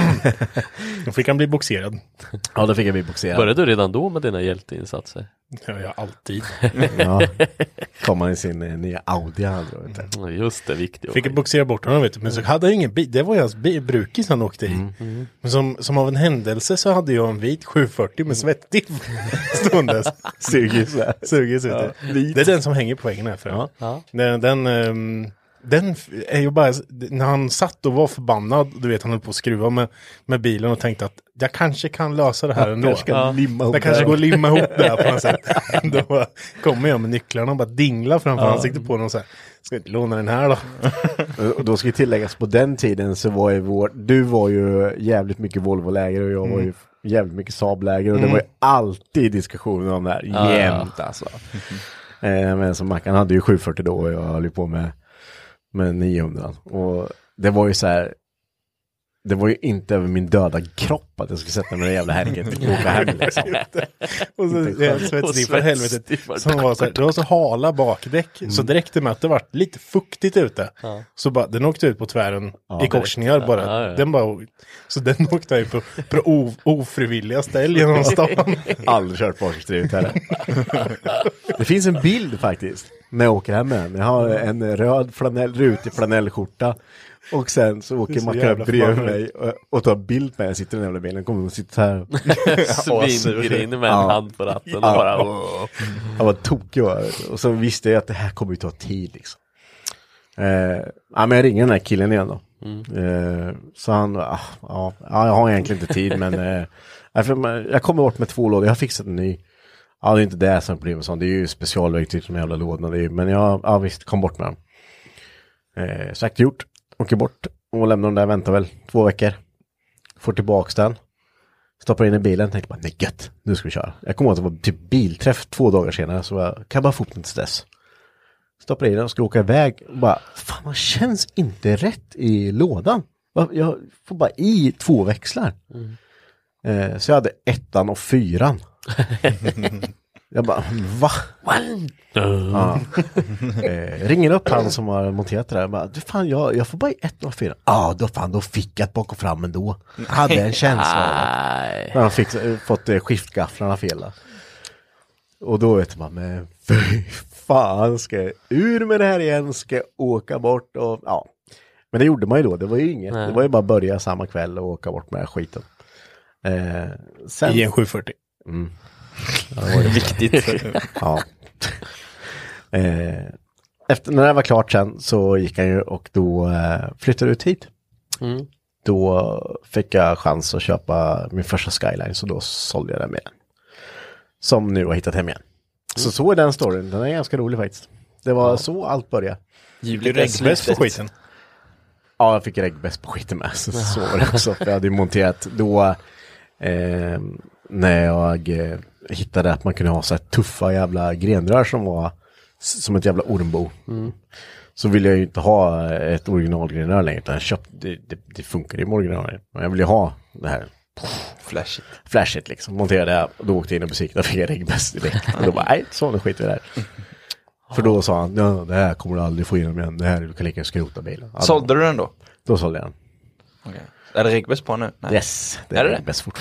Då fick han bli boxerad. Ja, då fick jag bli boxerad. Började du redan då med dina hjälteinsatser? Ja, jag alltid. Ja, kom han i sin nya Audi. Just det, viktigt. Fick jag boxera bort honom, vet du. Men så hade jag ingen bil. Det var ju hans brukis han åkte i. Men som av en händelse så hade jag en vit 740 med svettdiff ståendes. Sugis, vet du. Det är den som hänger på väggen här för. Ja. Den är ju bara, när han satt och var förbannad, du vet, han höll på att skruva med bilen och tänkte att jag kanske kan lösa det här ändå. Jag kanske går att limma ihop det här på något sätt. Då kommer jag med nycklarna och bara dinglar framför ansiktet på honom och så här, ska jag inte låna den här då? Och då ska vi tilläggas, på den tiden så var ju du var ju jävligt mycket Volvo-läger och jag var ju jävligt mycket Saab-läger och det var ju alltid diskussioner om det här, jämt alltså. Men som Mackan hade ju 740 då och jag höll ju på med 900. Och det var ju så här, det var ju inte över min döda kropp att jag skulle sätta mig i den jävla härket och åka hem liksom. Och så det svetsdiffar helvetet som var så här, det var så hala bakdäck så det räckte med att det var lite fuktigt ute. Så bara, den åkte ut på tvären i korsningar bara. Den bara, så den åkte ju på ofrivilliga ställ genom stan. Aldrig kört bakhjulsdrivet här. Det finns en bild faktiskt när jag åker hem med den. Jag har en röd rutig flanellskjorta. Och sen så åker Mackan upp bredvid mig och tar bild med. Jag sitter i den jävla bilen. Kommer och sitter här. Svingrin med en hand på ratten. Och bara, jag var tokig. Och så visste jag att det här kommer ju ta tid liksom. Men jag ringer den här killen igen då. Så han, jag har egentligen inte tid. Men jag kommer bort med 2 lådor. Jag har fixat en ny. Ja, det är inte det som blir med sånt. Det är ju specialverktyg som jävla lådorna. Men jag visst, kom bort med dem. Sagt gjort. Åker bort och lämnar den där, väntar väl 2 veckor. Får tillbaks den. Stoppar in i bilen, tänkte bara, nej gött, nu ska vi köra. Jag kommer ihåg att det var typ bilträff 2 dagar senare, så jag kan bara få upp den till dess. Stoppar in den och ska åka iväg och bara, fan, man känns inte rätt i lådan. Jag får bara i 2 växlar. Så jag hade 1:an och 4:an. Jag bara, va? Ja. Ringer upp han som har monterat det där. Bara, du fan, jag får bara 1 och 4. Ja, då fick jag ett bak och fram ändå. Hade en känsla. Men han fick fått skiftgafflarna fel. Och då vet man, men fy fan, ska jag ur med det här igen? Ska jag åka bort? Och, ja. Men det gjorde man ju då. Det var ju inget. Det var ju bara börja samma kväll och åka bort med skiten. Sen... I en 740. Ja, det var viktigt. Ja. Efter när det var klart sen så gick han ju och då flyttade ut hit. Då fick jag chans att köpa min första Skyline, så då sålde jag den med den. Som nu har hittat hem igen. Så är den storyn. Den är ganska rolig faktiskt. Det var så allt började. Fick du reggbäst på skiten? Ja, jag fick reggbäst på skiten med. Så var det också. Jag hade monterat då när jag hittade att man kunde ha så här tuffa jävla grenrör som var som ett jävla ormbo. Så ville jag ju inte ha ett originalgrenrör längre, utan jag köpte, det funkar i original. Men jag ville ha det här flashigt liksom. Monterade det och då åkte jag in i butiken och fick jag reggbäst direkt. Och då bara, nej, så skit i det där. För då sa han, det här kommer du aldrig få igenom igen. Det här, du kan lika skrota bilen. Sålde du den då? Då sålde jag den. Okay. Är det reggbäst på nu? Nej. Yes, det är reggbäst fortfarande.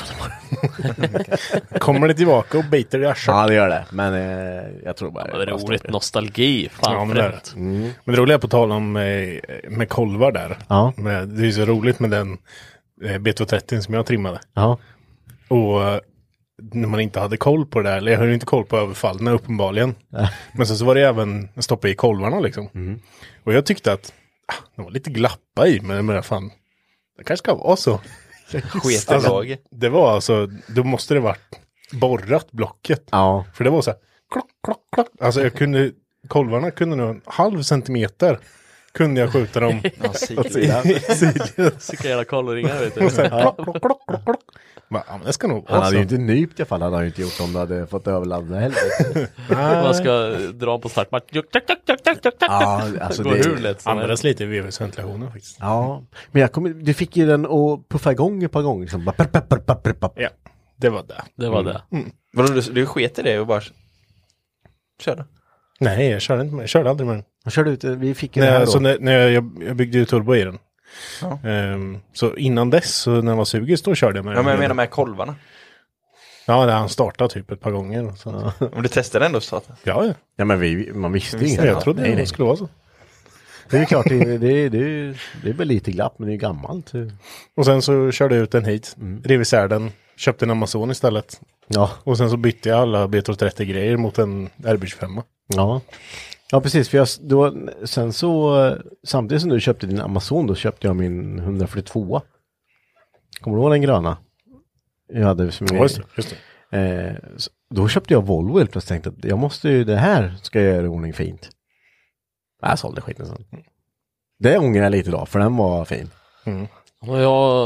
Kommer det tillbaka och biter i arslet? Ja, det gör det. Men jag tror bara... Ja, det är roligt, nostalgi. Fan, Ja, men det är främt. det. Men det roliga på tal om med kolvar där. Ja. Det är så roligt med den B230 som jag trimmade. Ja. Och när man inte hade koll på det där, eller jag hade inte koll på överfallen uppenbarligen. Men sen så var det även stoppa i kolvarna liksom. Och jag tyckte att det var lite glappa i, men fan, det kanske ska vara så. Sketlag. Det var alltså, då måste det varit borrat blocket. Ja. För det var så här, klock, klock, klock. Alltså kolvarna kunde nog en halv centimeter kunde jag skjuta dem Ja, Vilka jävla kolloringar, vet du. och sen klock, klock, klock, klock, klock. Ja, men det ska nog Han vara hade så. ju inte nypt i alla fall. Han hade ju inte gjort om du hade fått överladda heller. Man ska dra på startmatch. Ja, alltså Går hur det... lätt som helst. Användas lite i VVS-ventilationen faktiskt. Ja, men du fick ju den att puffa igång ett par gånger. Liksom. Bara Ja, det var det. Det var det. Vadå, du sket i det och bara körde? Nej, jag körde inte med. Jag körde aldrig med den. Han körde ut, vi fick ju det här Nej, då. så när jag byggde ju turbo i den. Ja. Så innan dess, så när den var sugis, då körde jag med Ja, den. men jag menar med kolvarna. Ja, det han startade typ ett par gånger. Och sånt. Om du testade ändå så att... Ja, ja. Ja, men man visste ju inte. Jag trodde det skulle vara så. Det är klart, det är väl lite glapp, men det är gammalt. Och sen så körde jag ut den hit, rev isär den, köpte en Amazon istället. Ja. Och sen så bytte jag alla B230-grejer mot en RB25. Ja. Ja, precis. För sen så, samtidigt som du köpte din Amazon, då köpte jag min 142. Kommer du ihåg den gröna? Jag hade som Just det. då köpte jag Volvo helt plötsligt, tänkte att jag måste ju, det här ska jag göra i ordning fint. Jag sålde skiten sen. Det ångrar jag lite då, för den var fin. Och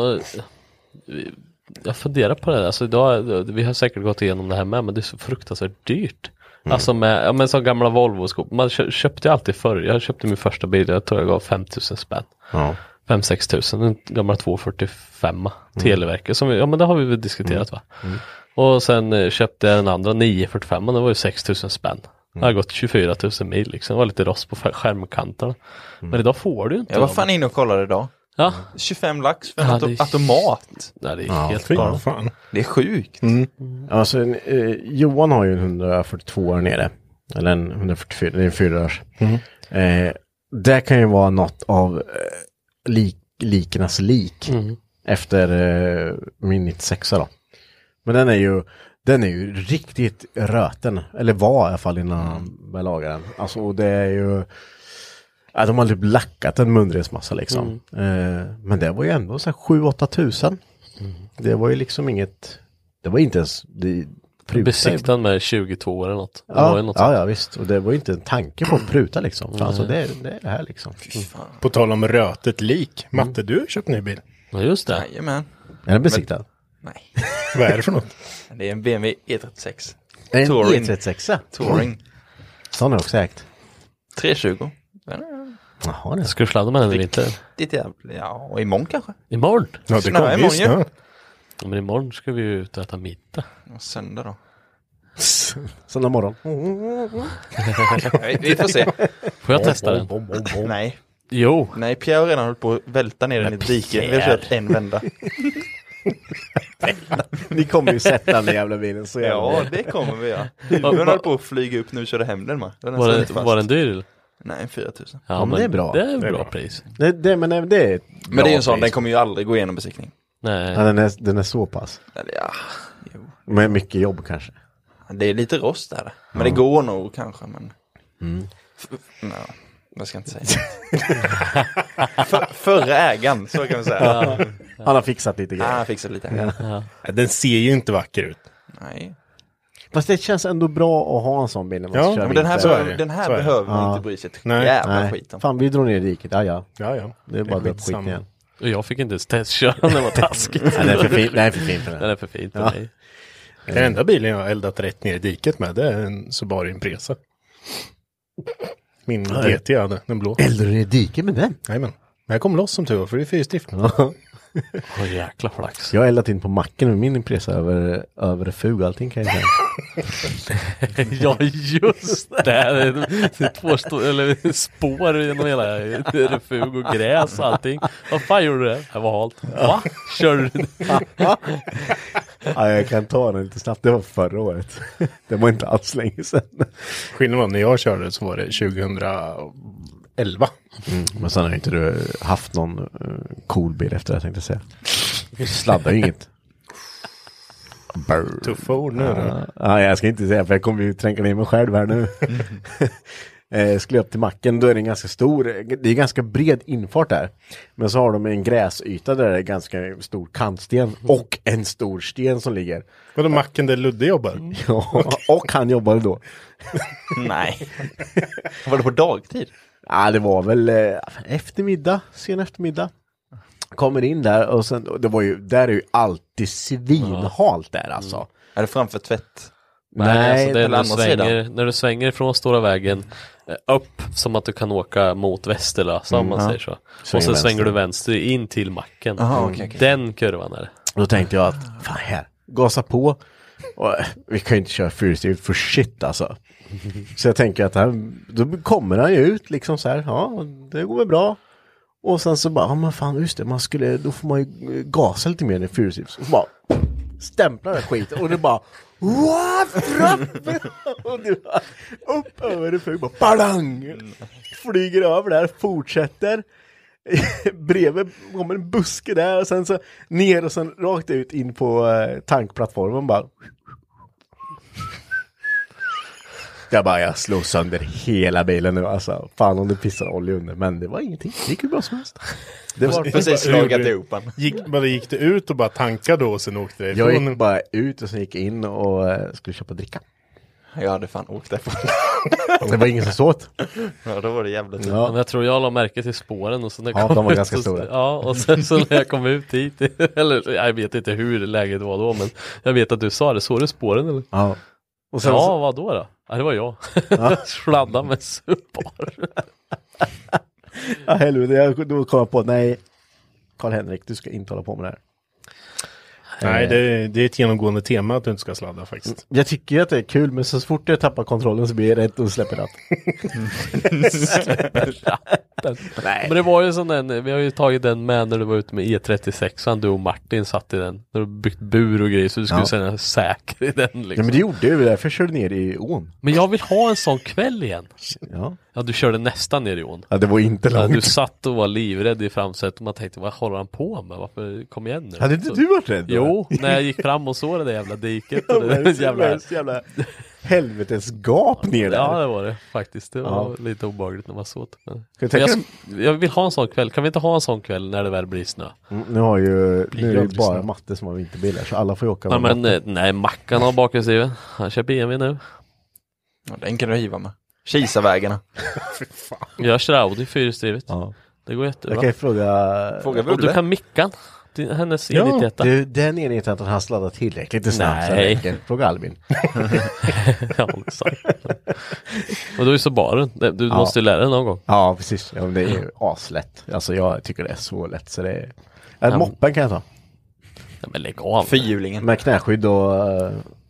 jag funderar på det. Alltså vi har säkert gått igenom det här med, men det är så fruktansvärt dyrt. Alltså med så gamla Volvo-skop. Man köpte alltid förr. Jag köpte min första bil, jag tror jag gav 5 000 spänn. Ja. 5-6 tusen, en gamla 245 Televerket. Ja, men det har vi väl diskuterat va? Och sen köpte jag en andra 945, det var ju 6 000 spänn. Jag har gått 24 000 mil liksom. Det var lite rost på skärmkanterna. Men idag får du inte. Jag var fan inne och kollade idag. Ja. 25 lax för Ja, en det är- automat. Nej, det är Ja, helt Fy galet. fan. Det är sjukt. Alltså, Johan har ju en 142 här nere. Eller en 144, det är en 4-rörs. Det kan ju vara något av likernas lik. Efter min 96 då. Men den är ju riktigt röten. Eller var i alla fall innan jag lagade den. Alltså, och det är ju... Ja, de har typ lackat en munresmassa liksom. Men det var ju ändå så här 7-8 tusen. Det var ju liksom inget... Det var inte ens... Besiktad med 22 eller något. Det var ju något Ja, visst. Och det var ju inte en tanke på att pruta liksom. För alltså det är det här liksom. På tal om rötet lik. Matte, du har köpt ny bil. Ja, just det. Jajamän. Är den besiktad? Nej. Vad är det för något? Det är en BMW E36. En Touring. E36. Touring. Sån är också ägt. 320. Jaha, det. Ska du sladda med den eller inte? Det är ja, och imorgon kanske. Imorgon? Ja, det Snö kommer ju imorgon ju. snö. Ja, men imorgon ska vi ju ut och äta middag. Och söndag då. Söndag morgon. Vi får se. Får jag testa den? Nej. Jo. Nej, Pierre har redan hållit på att välta ner den i ett dike. Vi har kört en vända. Ni kommer ju sätta den där jävla bilen så Ja, det kommer vi göra. Huvuden håller på att flyga upp nu och körde hem den va? Var den dyr? Eller? Nej, 4 000. Ja, men det är bra. Det är bra pris. Men det är Men det är ju en sån, pris. den kommer ju aldrig gå igenom besiktning. Nej. Ja, den är så pass. Eller ja, jo. Med mycket jobb kanske. Det är lite rost där. Men det går nog kanske, men... Nej, jag ska inte säga. Förra ägaren, så kan vi säga. Han har fixat lite grejer. Han har fixat lite. Ja, den ser ju inte vacker ut. Nej. Fast det känns ändå bra att ha en sån bil när man Ja, ska köra Men den här, Så är behöver, det. den här Så är det. behöver man Ja. inte bry sig ett Nej. jävla skit om. Fan, vi drog ner i diket. Ja. Ja. Det är bara dött skitsamma. skiten igen. Och jag fick inte ens testköra, det var taskigt. Nej, det är för fint. Det är för fint för Den den. är för fint för Ja. mig. Den enda bilen jag har eldat rätt ner i diket med, det är en Subaru Impreza. Min GT jag hade, den blå. Eldar du i diket med den? Jajamän. Men jag kom loss som tur, för det är fyrstift. Åh, jäkla flax. Jag har eldat in på macken med min Impreza över fug och allting kan jag säga. Ja, just det. Det är eller spår genom hela refug och gräs och allting. Vad fan gjorde du det? Jag var halt. Va? Kör du det? Ja, jag kan ta den lite snabbt. Det var förra året. Det var inte alls länge sedan. Skillnaden var när jag körde så var det 2011. Men sen har inte du haft någon cool bil efter det, tänkte jag säga. Du sladdar ju inget. Tuffa ord nu då. Ja, jag ska inte säga, för jag kommer ju tränka ner mig själv här nu. Skulle upp till macken, då är det en ganska stor, det är ganska bred infart där. Men så har de en gräsyta där det är ganska stor kantsten och en stor sten som ligger. Vadå macken där Ludde jobbar? Ja, och han jobbade då. Nej. Var det på dagtid? Ja, det var väl sen eftermiddag. Kommer in där och sen, det var ju, där är ju alltid svinhalt där alltså. Är det framför tvätt? Nej, alltså det är eller när du svänger från stora vägen upp som att du kan åka mot Västerlösa om man säger så. Och så svänger du vänster in till macken. Okay. Den kurvan är det. Då tänkte jag att, fan här, gasa på. Och vi kan ju inte köra fyrhjulsdrivet för shit alltså. Så jag tänker att då kommer han ju ut liksom så här, ja, det går väl bra. Och sen så bara, ja men fan just det, då får man ju gasa lite mer än fyrhjulsdrivet. Så bara stämplar det skiten och det bara och det bara upp över det för bara badang! Flyger över där, fortsätter. Bredvid kommer en buske där och sen så ner och sen rakt ut in på tankplattformen bara. Jag slår sönder hela bilen nu alltså. Fan om det pissar olja under. Men det var ingenting. Det gick ju bra som helst. Det var precis slagat ihop han. Gick det ut och bara tankade då och sen åkte det ifrån? Jag gick bara ut och sen gick in och skulle köpa dricka. Jag hade fan åkt därifrån. Det var ingen som såt. Ja, då var det jävligt. Ja. Men jag tror jag la märke till spåren och sen de var ganska stora. Ja, och sen så när jag kom ut hit eller jag vet inte hur läget var då, men jag vet att du sa det. Såg du spåren eller? Ja. Och sen ja, vad då? Ja, det var jag. Ja. Sladda med suppar. Ja, helvete. Då kom jag på, nej, Karl-Henrik, du ska inte hålla på med det här. Nej, det är ett genomgående tema att du inte ska sladda faktiskt. Jag tycker att det är kul, men så fort jag tappar kontrollen så blir jag rätt och släpper ratt. Nej. Men det var ju sån den, vi har ju tagit den med när du var ute med E36 du och Martin satt i den. När du byggt bur och grejer så du skulle säga säker i den liksom. Ja, men det gjorde du, därför körde ner i ån. Men jag vill ha en sån kväll igen. Ja. Ja, du körde nästan ner i ån. Ja, det var inte långt. Ja, du satt och var livrädd i framsätet och man tänkte, vad håller han på med? Varför, kom igen nu. Hade inte du varit rädd då? Jo, när jag gick fram och såg det där jävla diket. Och det jävla helvetes gap ner där. Ja, det var det faktiskt. Det var lite obehagligt när man såg det. Jag vill ha en sån kväll. Kan vi inte ha en sån kväll när det väl blir snö? Nu är det bara Matte som har vinterbilar, så alla får ju åka. Ja, men nej, Mackan har bakhjulsdriven. Han kör BMW nu. Ja, den kan du hiva med. Kisavägarna. Jag kör Audi fyrhjulsdrivet. Ja. Det går jättebra. Jag kan ju fråga och du kan Mickan. Hennes E91. Den E91 han sladdar tillräckligt snabbt. Nej. Fråga Albin. Ja, och då är så bara du måste ju lära dig någon gång. Ja, precis. Ja, det är ju aslätt. Alltså jag tycker det är så lätt så det är... moppen kan jag ta. Ja, men lägg av. Fyrhjulingen. Med knäskydd och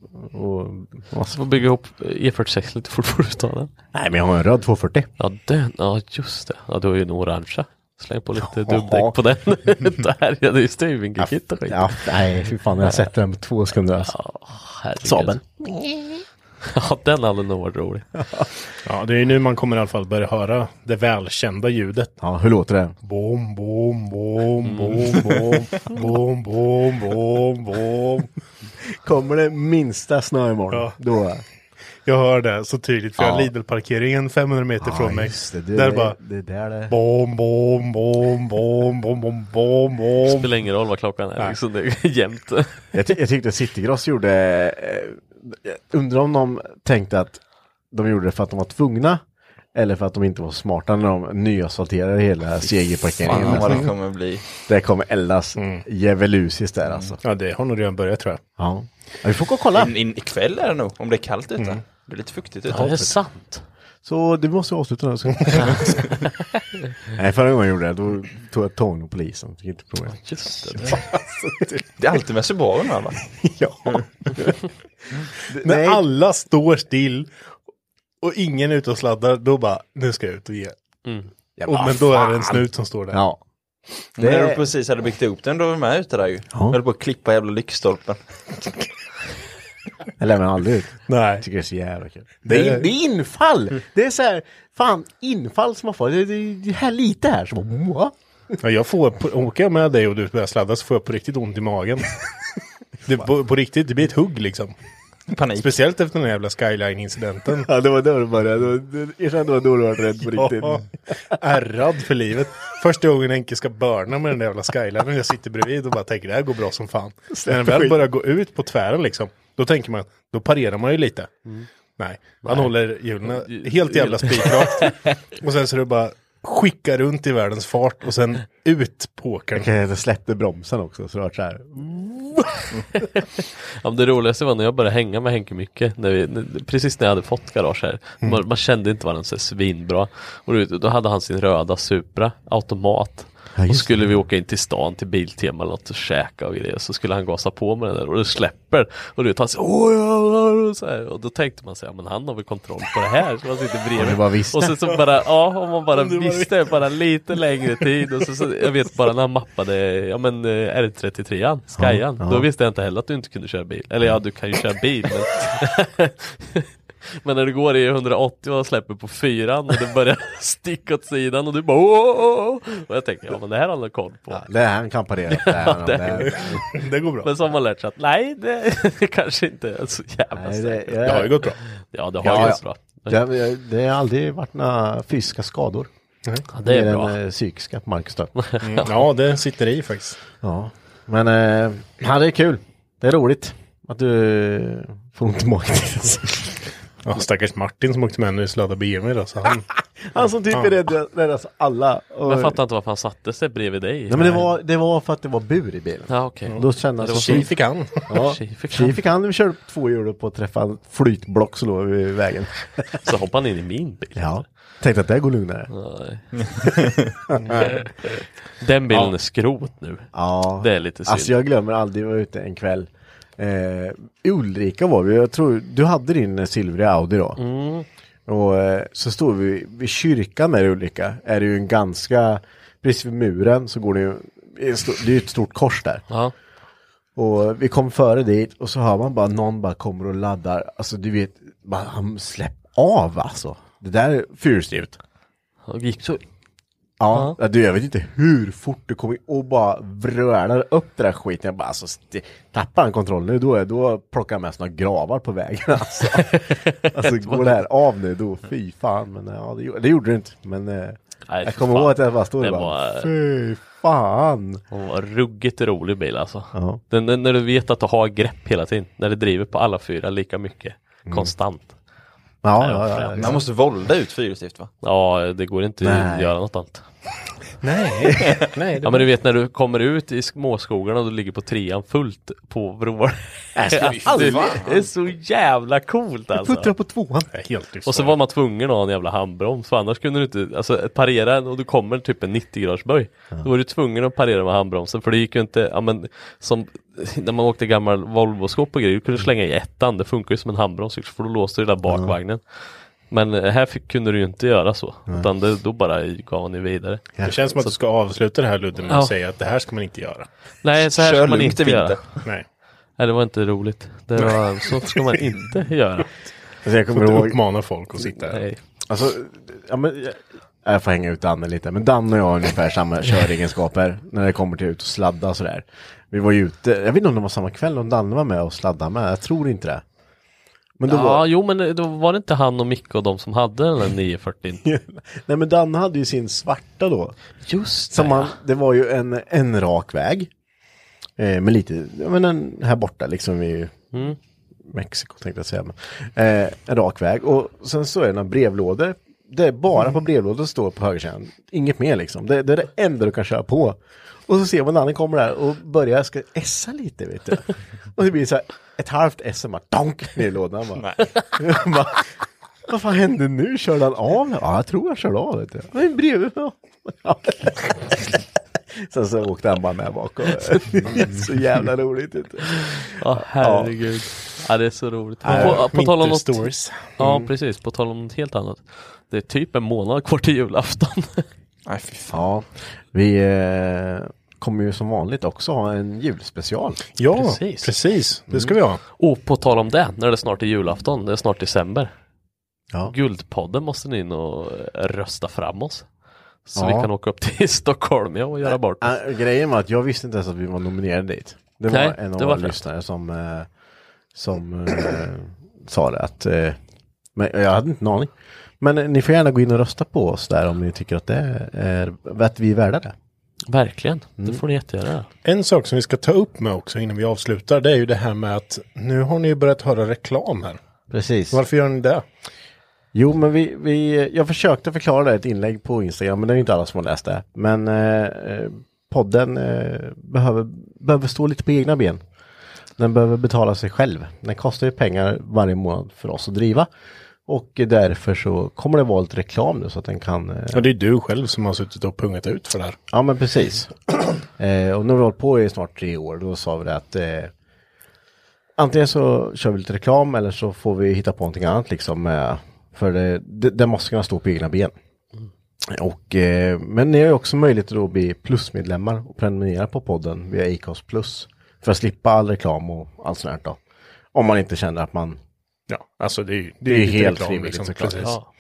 måste få bygga ihop E46 lite fortfarande ta den. Nej, men jag har en röd 240. Ja, just det. Ja, du har ju en orangea. Släng på lite dubbdäck på den. Där, ja, det är styvinkelkit och skit. Ja, nej, fy fan, jag har sett den på 2 sekunder. Alltså. Saben. Ja, den hade nog varit rolig. Ja, det är ju nu man kommer i alla fall börja höra det välkända ljudet. Ja, hur låter det? Boom, boom, boom, boom, boom, boom, boom, boom, boom. Kommer det minsta snö imorgon, då... Jag hör det så tydligt, för jag har Lidl-parkeringen 500 meter från mig. Det bara bom, bom, bom, bom, bom, bom, bom, bom. Det spelar ingen roll vad klockan är, liksom, det är jämnt. Jag tyckte Citygross gjorde... undrar om de tänkte att de gjorde det för att de var tvungna eller för att de inte var smarta när de nyasfalterade hela CG-parkeringen. Fan vad det kommer bli. Det kommer eldas djävulusiskt där alltså. Ja, det har nog redan börjat, tror jag. Ja, vi får gå och kolla. Ikväll är det nog, om det är kallt ute. Det är lite fuktigt ute. Ja, det är sant. Så du måste avsluta nu. Nej, förra gången jag gjorde det, då tog jag tång och polisen. Inte Just det. Det är alltid med Subaru nu, va? Ja. När alla står still och ingen är ute och sladdar, då bara, nu ska jag ut och ge. Ja, men då är det en snut som står där. Ja. När du precis hade byggt upp den, då var du med ute där ju. Jag höll på att klippa jävla lyktstolpen. Jag lämnar aldrig ut. Nej. Tycker det är så jävla kul. Det är infall! Det är så här, fan, infall som man får. Det är här lite här som Ja, jag får, åker jag med dig och du börjar sladda så får jag på riktigt ont i magen. Det, på riktigt, det blir ett hugg liksom. Panik. Speciellt efter den här jävla Skyline-incidenten. Ja, det var då det började. Jag kände då du var rädd på riktigt. Ärrad för livet. Första gången Henke ska börna med den där jävla Skylinen. Jag sitter bredvid och bara tänker, det här går bra som fan. När den väl börjar gå ut på tvären liksom, då tänker man, då parerar man ju lite. Nej, han håller hjulen helt jävla spikrakt. Och sen så är det bara skicka runt i världens fart och sen ut på åkern. Jag släppte bromsen också, så det var så här. Ja, det roligaste var när jag började hänga med Henke mycket precis när jag hade fått garage här. Man kände inte varandra så svinbra. Och då hade han sin röda Supra automat. Ja, och skulle vi åka in till stan till Biltema eller något och käka och grejer, så skulle han gasa på med den där och det släpper och du tar så här, och då tänkte man sig, ja men han har väl kontroll på det här, så man sitter bredvid och sen så bara, om man bara visste bara lite längre tid och så jag vet bara när han mappade, ja men R33an, Skyan, då visste jag inte heller att du inte kunde köra bil, eller ja, du kan ju köra bil men men när du går i 180 och släpper på 4 och det börjar sticka åt sidan och du bara och jag tänker, ja men det här har han koll på. Ja, det här han kan parera. Det går bra. Men så har man lärt sig att nej, det kanske inte är så jävla säkert. Det har ju gått bra. Ja, det har gått bra. Det har aldrig varit några fysiska skador. Ja, det är bra. Den psykiska på Marcus då. Ja, det sitter i faktiskt. Ja, men ja, det är kul. Det är roligt att du får ont i magen. Ja, stackars Martin som åkte med när vi sladdade BMW då, så han som typ är rädd alltså alla. Och jag fattar inte varför han satte sig bredvid dig. Nej, men det var för att det var bur i bilen. Ja, okej. Då kändes det Tji fick han. Ja, Tji fick han när vi körde 2 hjul på att träffa flytblock så låg vi i vägen. Så hoppade han in i min bil. Ja. Tänkte att det går lugnare. Nej. Den bilen är skrot nu. Ja. Det är lite synd. Alltså jag glömmer aldrig att vara ute en kväll. Ulrika var vi, jag tror du hade din silvriga Audi då. Och så står vi vid kyrkan med Ulrika. Är det ju en ganska, precis vid muren så går det ju, det är ju ett stort kors där. Ja. Och vi kom före dit och så hör man bara någon bara kommer och laddar. Alltså du vet, bara han släpper av alltså. Det där är fyrstryvt. Och gick så. Ja, du, jag vet inte hur fort du kommer och bara vrölar upp det där skiten. Jag bara, alltså, tappar han kontrollen nu, då plockar jag med såna gravar på vägen. Alltså går det här av nu, då fy fan. Men ja, det gjorde det inte. Men nej, jag kommer ihåg att jag bara stod och bara, fy fan. Det var ruggigt rolig bil alltså. När du vet att du har grepp hela tiden. När det driver på alla 4 lika mycket. Konstant. Ja. Man måste volda ut fyrhjulsdrift va? Ja, det går inte att göra något annat. Nej. Ja, men du vet när du kommer ut i småskogarna och du ligger på 3an fullt på vrål. Det är så jävla coolt alltså. Jag puttrar på 2an. Och så var man tvungen att ha en jävla handbroms, för annars kunde du inte, alltså parera och du kommer typ en 90-graders böj. Då var du tvungen att parera med handbromsen, för det gick ju inte, ja men som när man åkte gammal Volvo-skåp och grejer, du kunde slänga i 1an, det funkar ju som en handbroms, för då låste du där bakvagnen. Men här kunde du ju inte göra så. Utan då bara gav han vidare. Det känns som att du ska avsluta det här, Ludde, med att säga att det här ska man inte göra. Nej, så här ska man inte göra. Nej, det var inte roligt. Så ska man inte göra. Alltså, jag kommer inte ihåg uppmana folk att sitta här. Nej. Alltså, ja, men jag får hänga ut Danne lite. Men Danne och jag har ungefär samma köregenskaper när det kommer till ut och sladda och sådär. Vi var ju ute, jag vet inte om det var samma kväll om Danne var med och sladda med. Jag tror inte det. Men då men då var det inte han och Micke och de som hade den 940. Nej, men Danne hade ju sin svarta då. Just det. Det var ju en rak väg. Men lite, ja men en här borta liksom i Mexiko tänkte jag säga. Men, en rak väg. Och sen så är det några brevlådor. Det är bara på brevlådor står på högersidan. Inget mer liksom. Det är det enda du kan köra på. Och så ser man när han kommer där och börjar ska essa lite, vet du. Och det blir så här ett halvt essa, bara donk ner i lådan. Bara, vad fan hände nu? Körde han av? Ja, jag tror jag körde av, vet du. Men bredvid. Ja. Sen så åkte han bara med bakom. Så jävla roligt. Ja, herregud. Ja, det är så roligt. På tal om något stories. Ja, precis. På tal om något helt annat. Det är typ en månad kvar till julafton. Nej, fy fan. Ja, vi kommer ju som vanligt också ha en julspecial. Ja, precis. Det ska vi ha. Och på tal om det, när det snart är julafton, det är snart december. Ja. Guldpodden måste ni in och rösta fram oss. Så Ja. vi kan åka upp till Stockholm och göra bort oss. Grejen var att jag visste inte ens att vi var nominerade dit. Det var Nej, en av det våra var lyssnare som sa det att men jag hade inte en aning. Men ni får gärna gå in och rösta på oss där om ni tycker att det är att vi är värda det. Verkligen, det får ni jättegärna. En sak som vi ska ta upp med också innan vi avslutar, det är ju det här med att nu har ni börjat höra reklam här. Precis. Varför gör ni det? Jo, men jag försökte förklara det i ett inlägg på Instagram, men det är inte alla som har läst det. Men podden behöver stå lite på egna ben. Den behöver betala sig själv. Den kostar ju pengar varje månad för oss att driva. Och därför så kommer det vara lite reklam nu så att den kan... Ja, det är du själv som har suttit och pungat ut för det här. Ja, men precis. Och nu har vi hållit på i snart 3 år. Då sa vi det att antingen så kör vi lite reklam eller så får vi hitta på någonting annat liksom. För det måste kunna stå på egna ben. Och, men ni har ju också möjlighet att bli plusmedlemmar och prenumerera på podden via Acast Plus. För att slippa all reklam och allt sånt här då. Om man inte känner att man... Ja, alltså det är är helt reklam, frivilligt liksom, såklart. precis. Ja.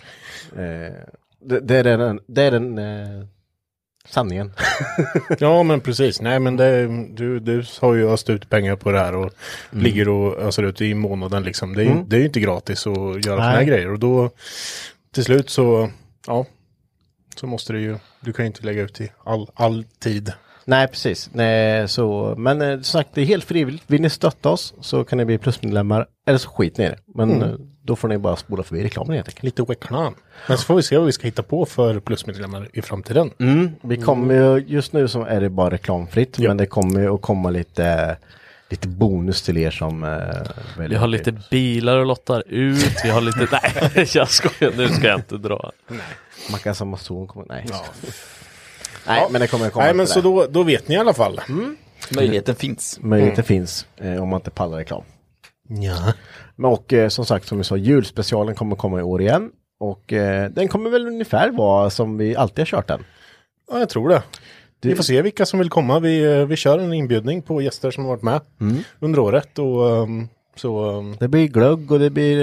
Det är den sanningen. Ja, men precis. Nej, men du har ju öst ut pengar på det här och ligger och öser ut i månaden liksom. Det är ju inte gratis att göra såna här grejer. Och då till slut så, ja, så måste du kan ju inte lägga ut i all tid. Nej, precis. Nej, så, men som sagt, det är helt frivilligt. Vill ni stötta oss så kan ni bli plusmedlemmar. Eller så skit ner det. Men då får ni bara spola förbi reklamen helt enkelt. Lite reklam. Men så får vi se vad vi ska hitta på för plusmedlemmar i framtiden. Vi kommer ju, just nu så är det bara reklamfritt. Men det kommer ju att komma lite bonus till er som Vi har lite bilar och lottar ut. Vi har lite... Nej, jag skojar. Nu ska jag inte dra. Mackas Amazon kommer... Nej. Ja. Nej, men det kommer komma. Nej, men så då vet ni i alla fall. Möjligheten finns. Möjligheten finns om man inte pallar reklam. Ja. Men och som sagt, som vi sa, julspecialen kommer komma i år igen. Och den kommer väl ungefär vara som vi alltid har kört den. Ja, jag tror det. Vi får se vilka som vill komma. Vi kör en inbjudning på gäster som har varit med under året. Och, det blir glögg och det blir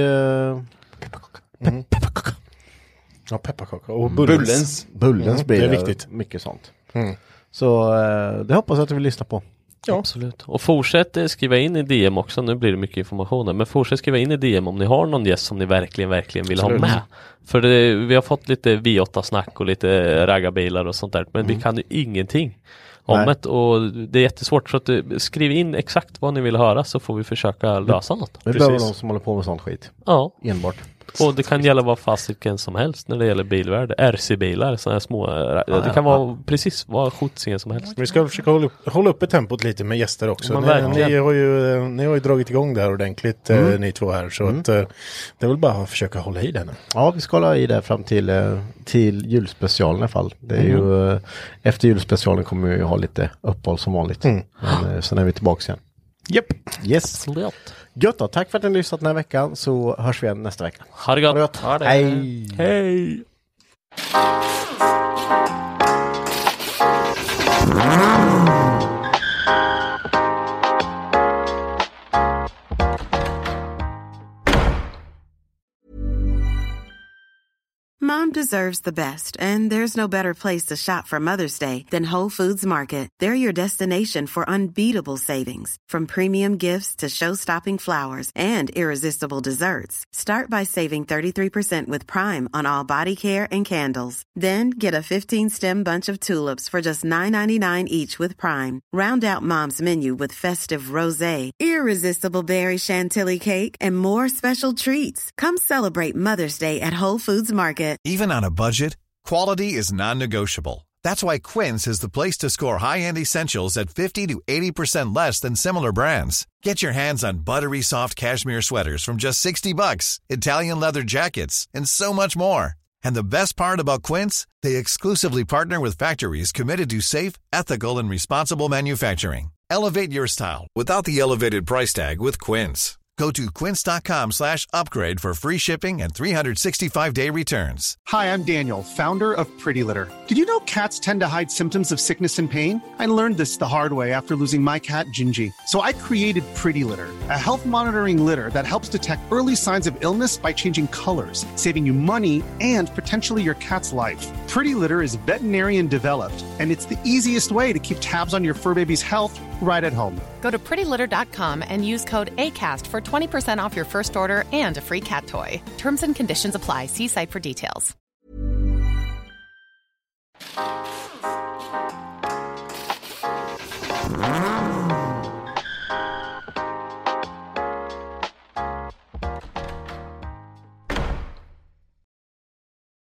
pepparkaka. Ja, pepparkaka. Och Bullens blir det är viktigt. Mycket sånt. Så det hoppas jag att du vill lyssna på. Ja. Absolut. Och fortsätt skriva in i DM också. Nu blir det mycket information. Men fortsätt skriva in i DM om ni har någon gäst som ni verkligen vill ha med. För vi har fått lite V8-snack och lite raggarbilar och sånt där. Men vi kan ju ingenting om det. Och det är jättesvårt. Så att skriv in exakt vad ni vill höra så får vi försöka lösa något. Vi behöver någon som håller på med sånt skit. Ja. Enbart. Och det kan gälla vad fasiken som helst när det gäller bilvärde. RC-bilar, sådana här små. Det kan vara precis vad skjutsingen som helst. Vi ska försöka hålla uppe tempot lite med gäster också. Ni har ju dragit igång det här ordentligt, ni två här. Så att, det är väl bara att försöka hålla i det nu. Ja, vi ska hålla i det fram till julspecialen i alla fall. Det är ju, efter julspecialen kommer vi ha lite uppehåll som vanligt. Men sen är vi tillbaka igen. Japp. Yes. Gött då, tack för att ni har lyssnat den här veckan så hörs vi igen nästa vecka. Ha det gott. Ha det. Hej. Hej. Mom deserves the best, and there's no better place to shop for Mother's Day than Whole Foods Market. They're your destination for unbeatable savings, from premium gifts to show-stopping flowers and irresistible desserts. Start by saving 33% with Prime on all body care and candles. Then get a 15-stem bunch of tulips for just $9.99 each with Prime. Round out Mom's menu with festive rosé, irresistible berry chantilly cake, and more special treats. Come celebrate Mother's Day at Whole Foods Market. Even on a budget, quality is non-negotiable. That's why Quince is the place to score high-end essentials at 50 to 80% less than similar brands. Get your hands on buttery soft cashmere sweaters from just $60, Italian leather jackets, and so much more. And the best part about Quince, they exclusively partner with factories committed to safe, ethical, and responsible manufacturing. Elevate your style without the elevated price tag with Quince. Go to quince.com/upgrade for free shipping and 365-day returns. Hi, I'm Daniel, founder of Pretty Litter. Did you know cats tend to hide symptoms of sickness and pain? I learned this the hard way after losing my cat, Gingy. So I created Pretty Litter, a health monitoring litter that helps detect early signs of illness by changing colors, saving you money and potentially your cat's life. Pretty Litter is veterinarian developed, and it's the easiest way to keep tabs on your fur baby's health right at home. Go to prettylitter.com and use code ACAST for 20% off your first order and a free cat toy. Terms and conditions apply. See site for details.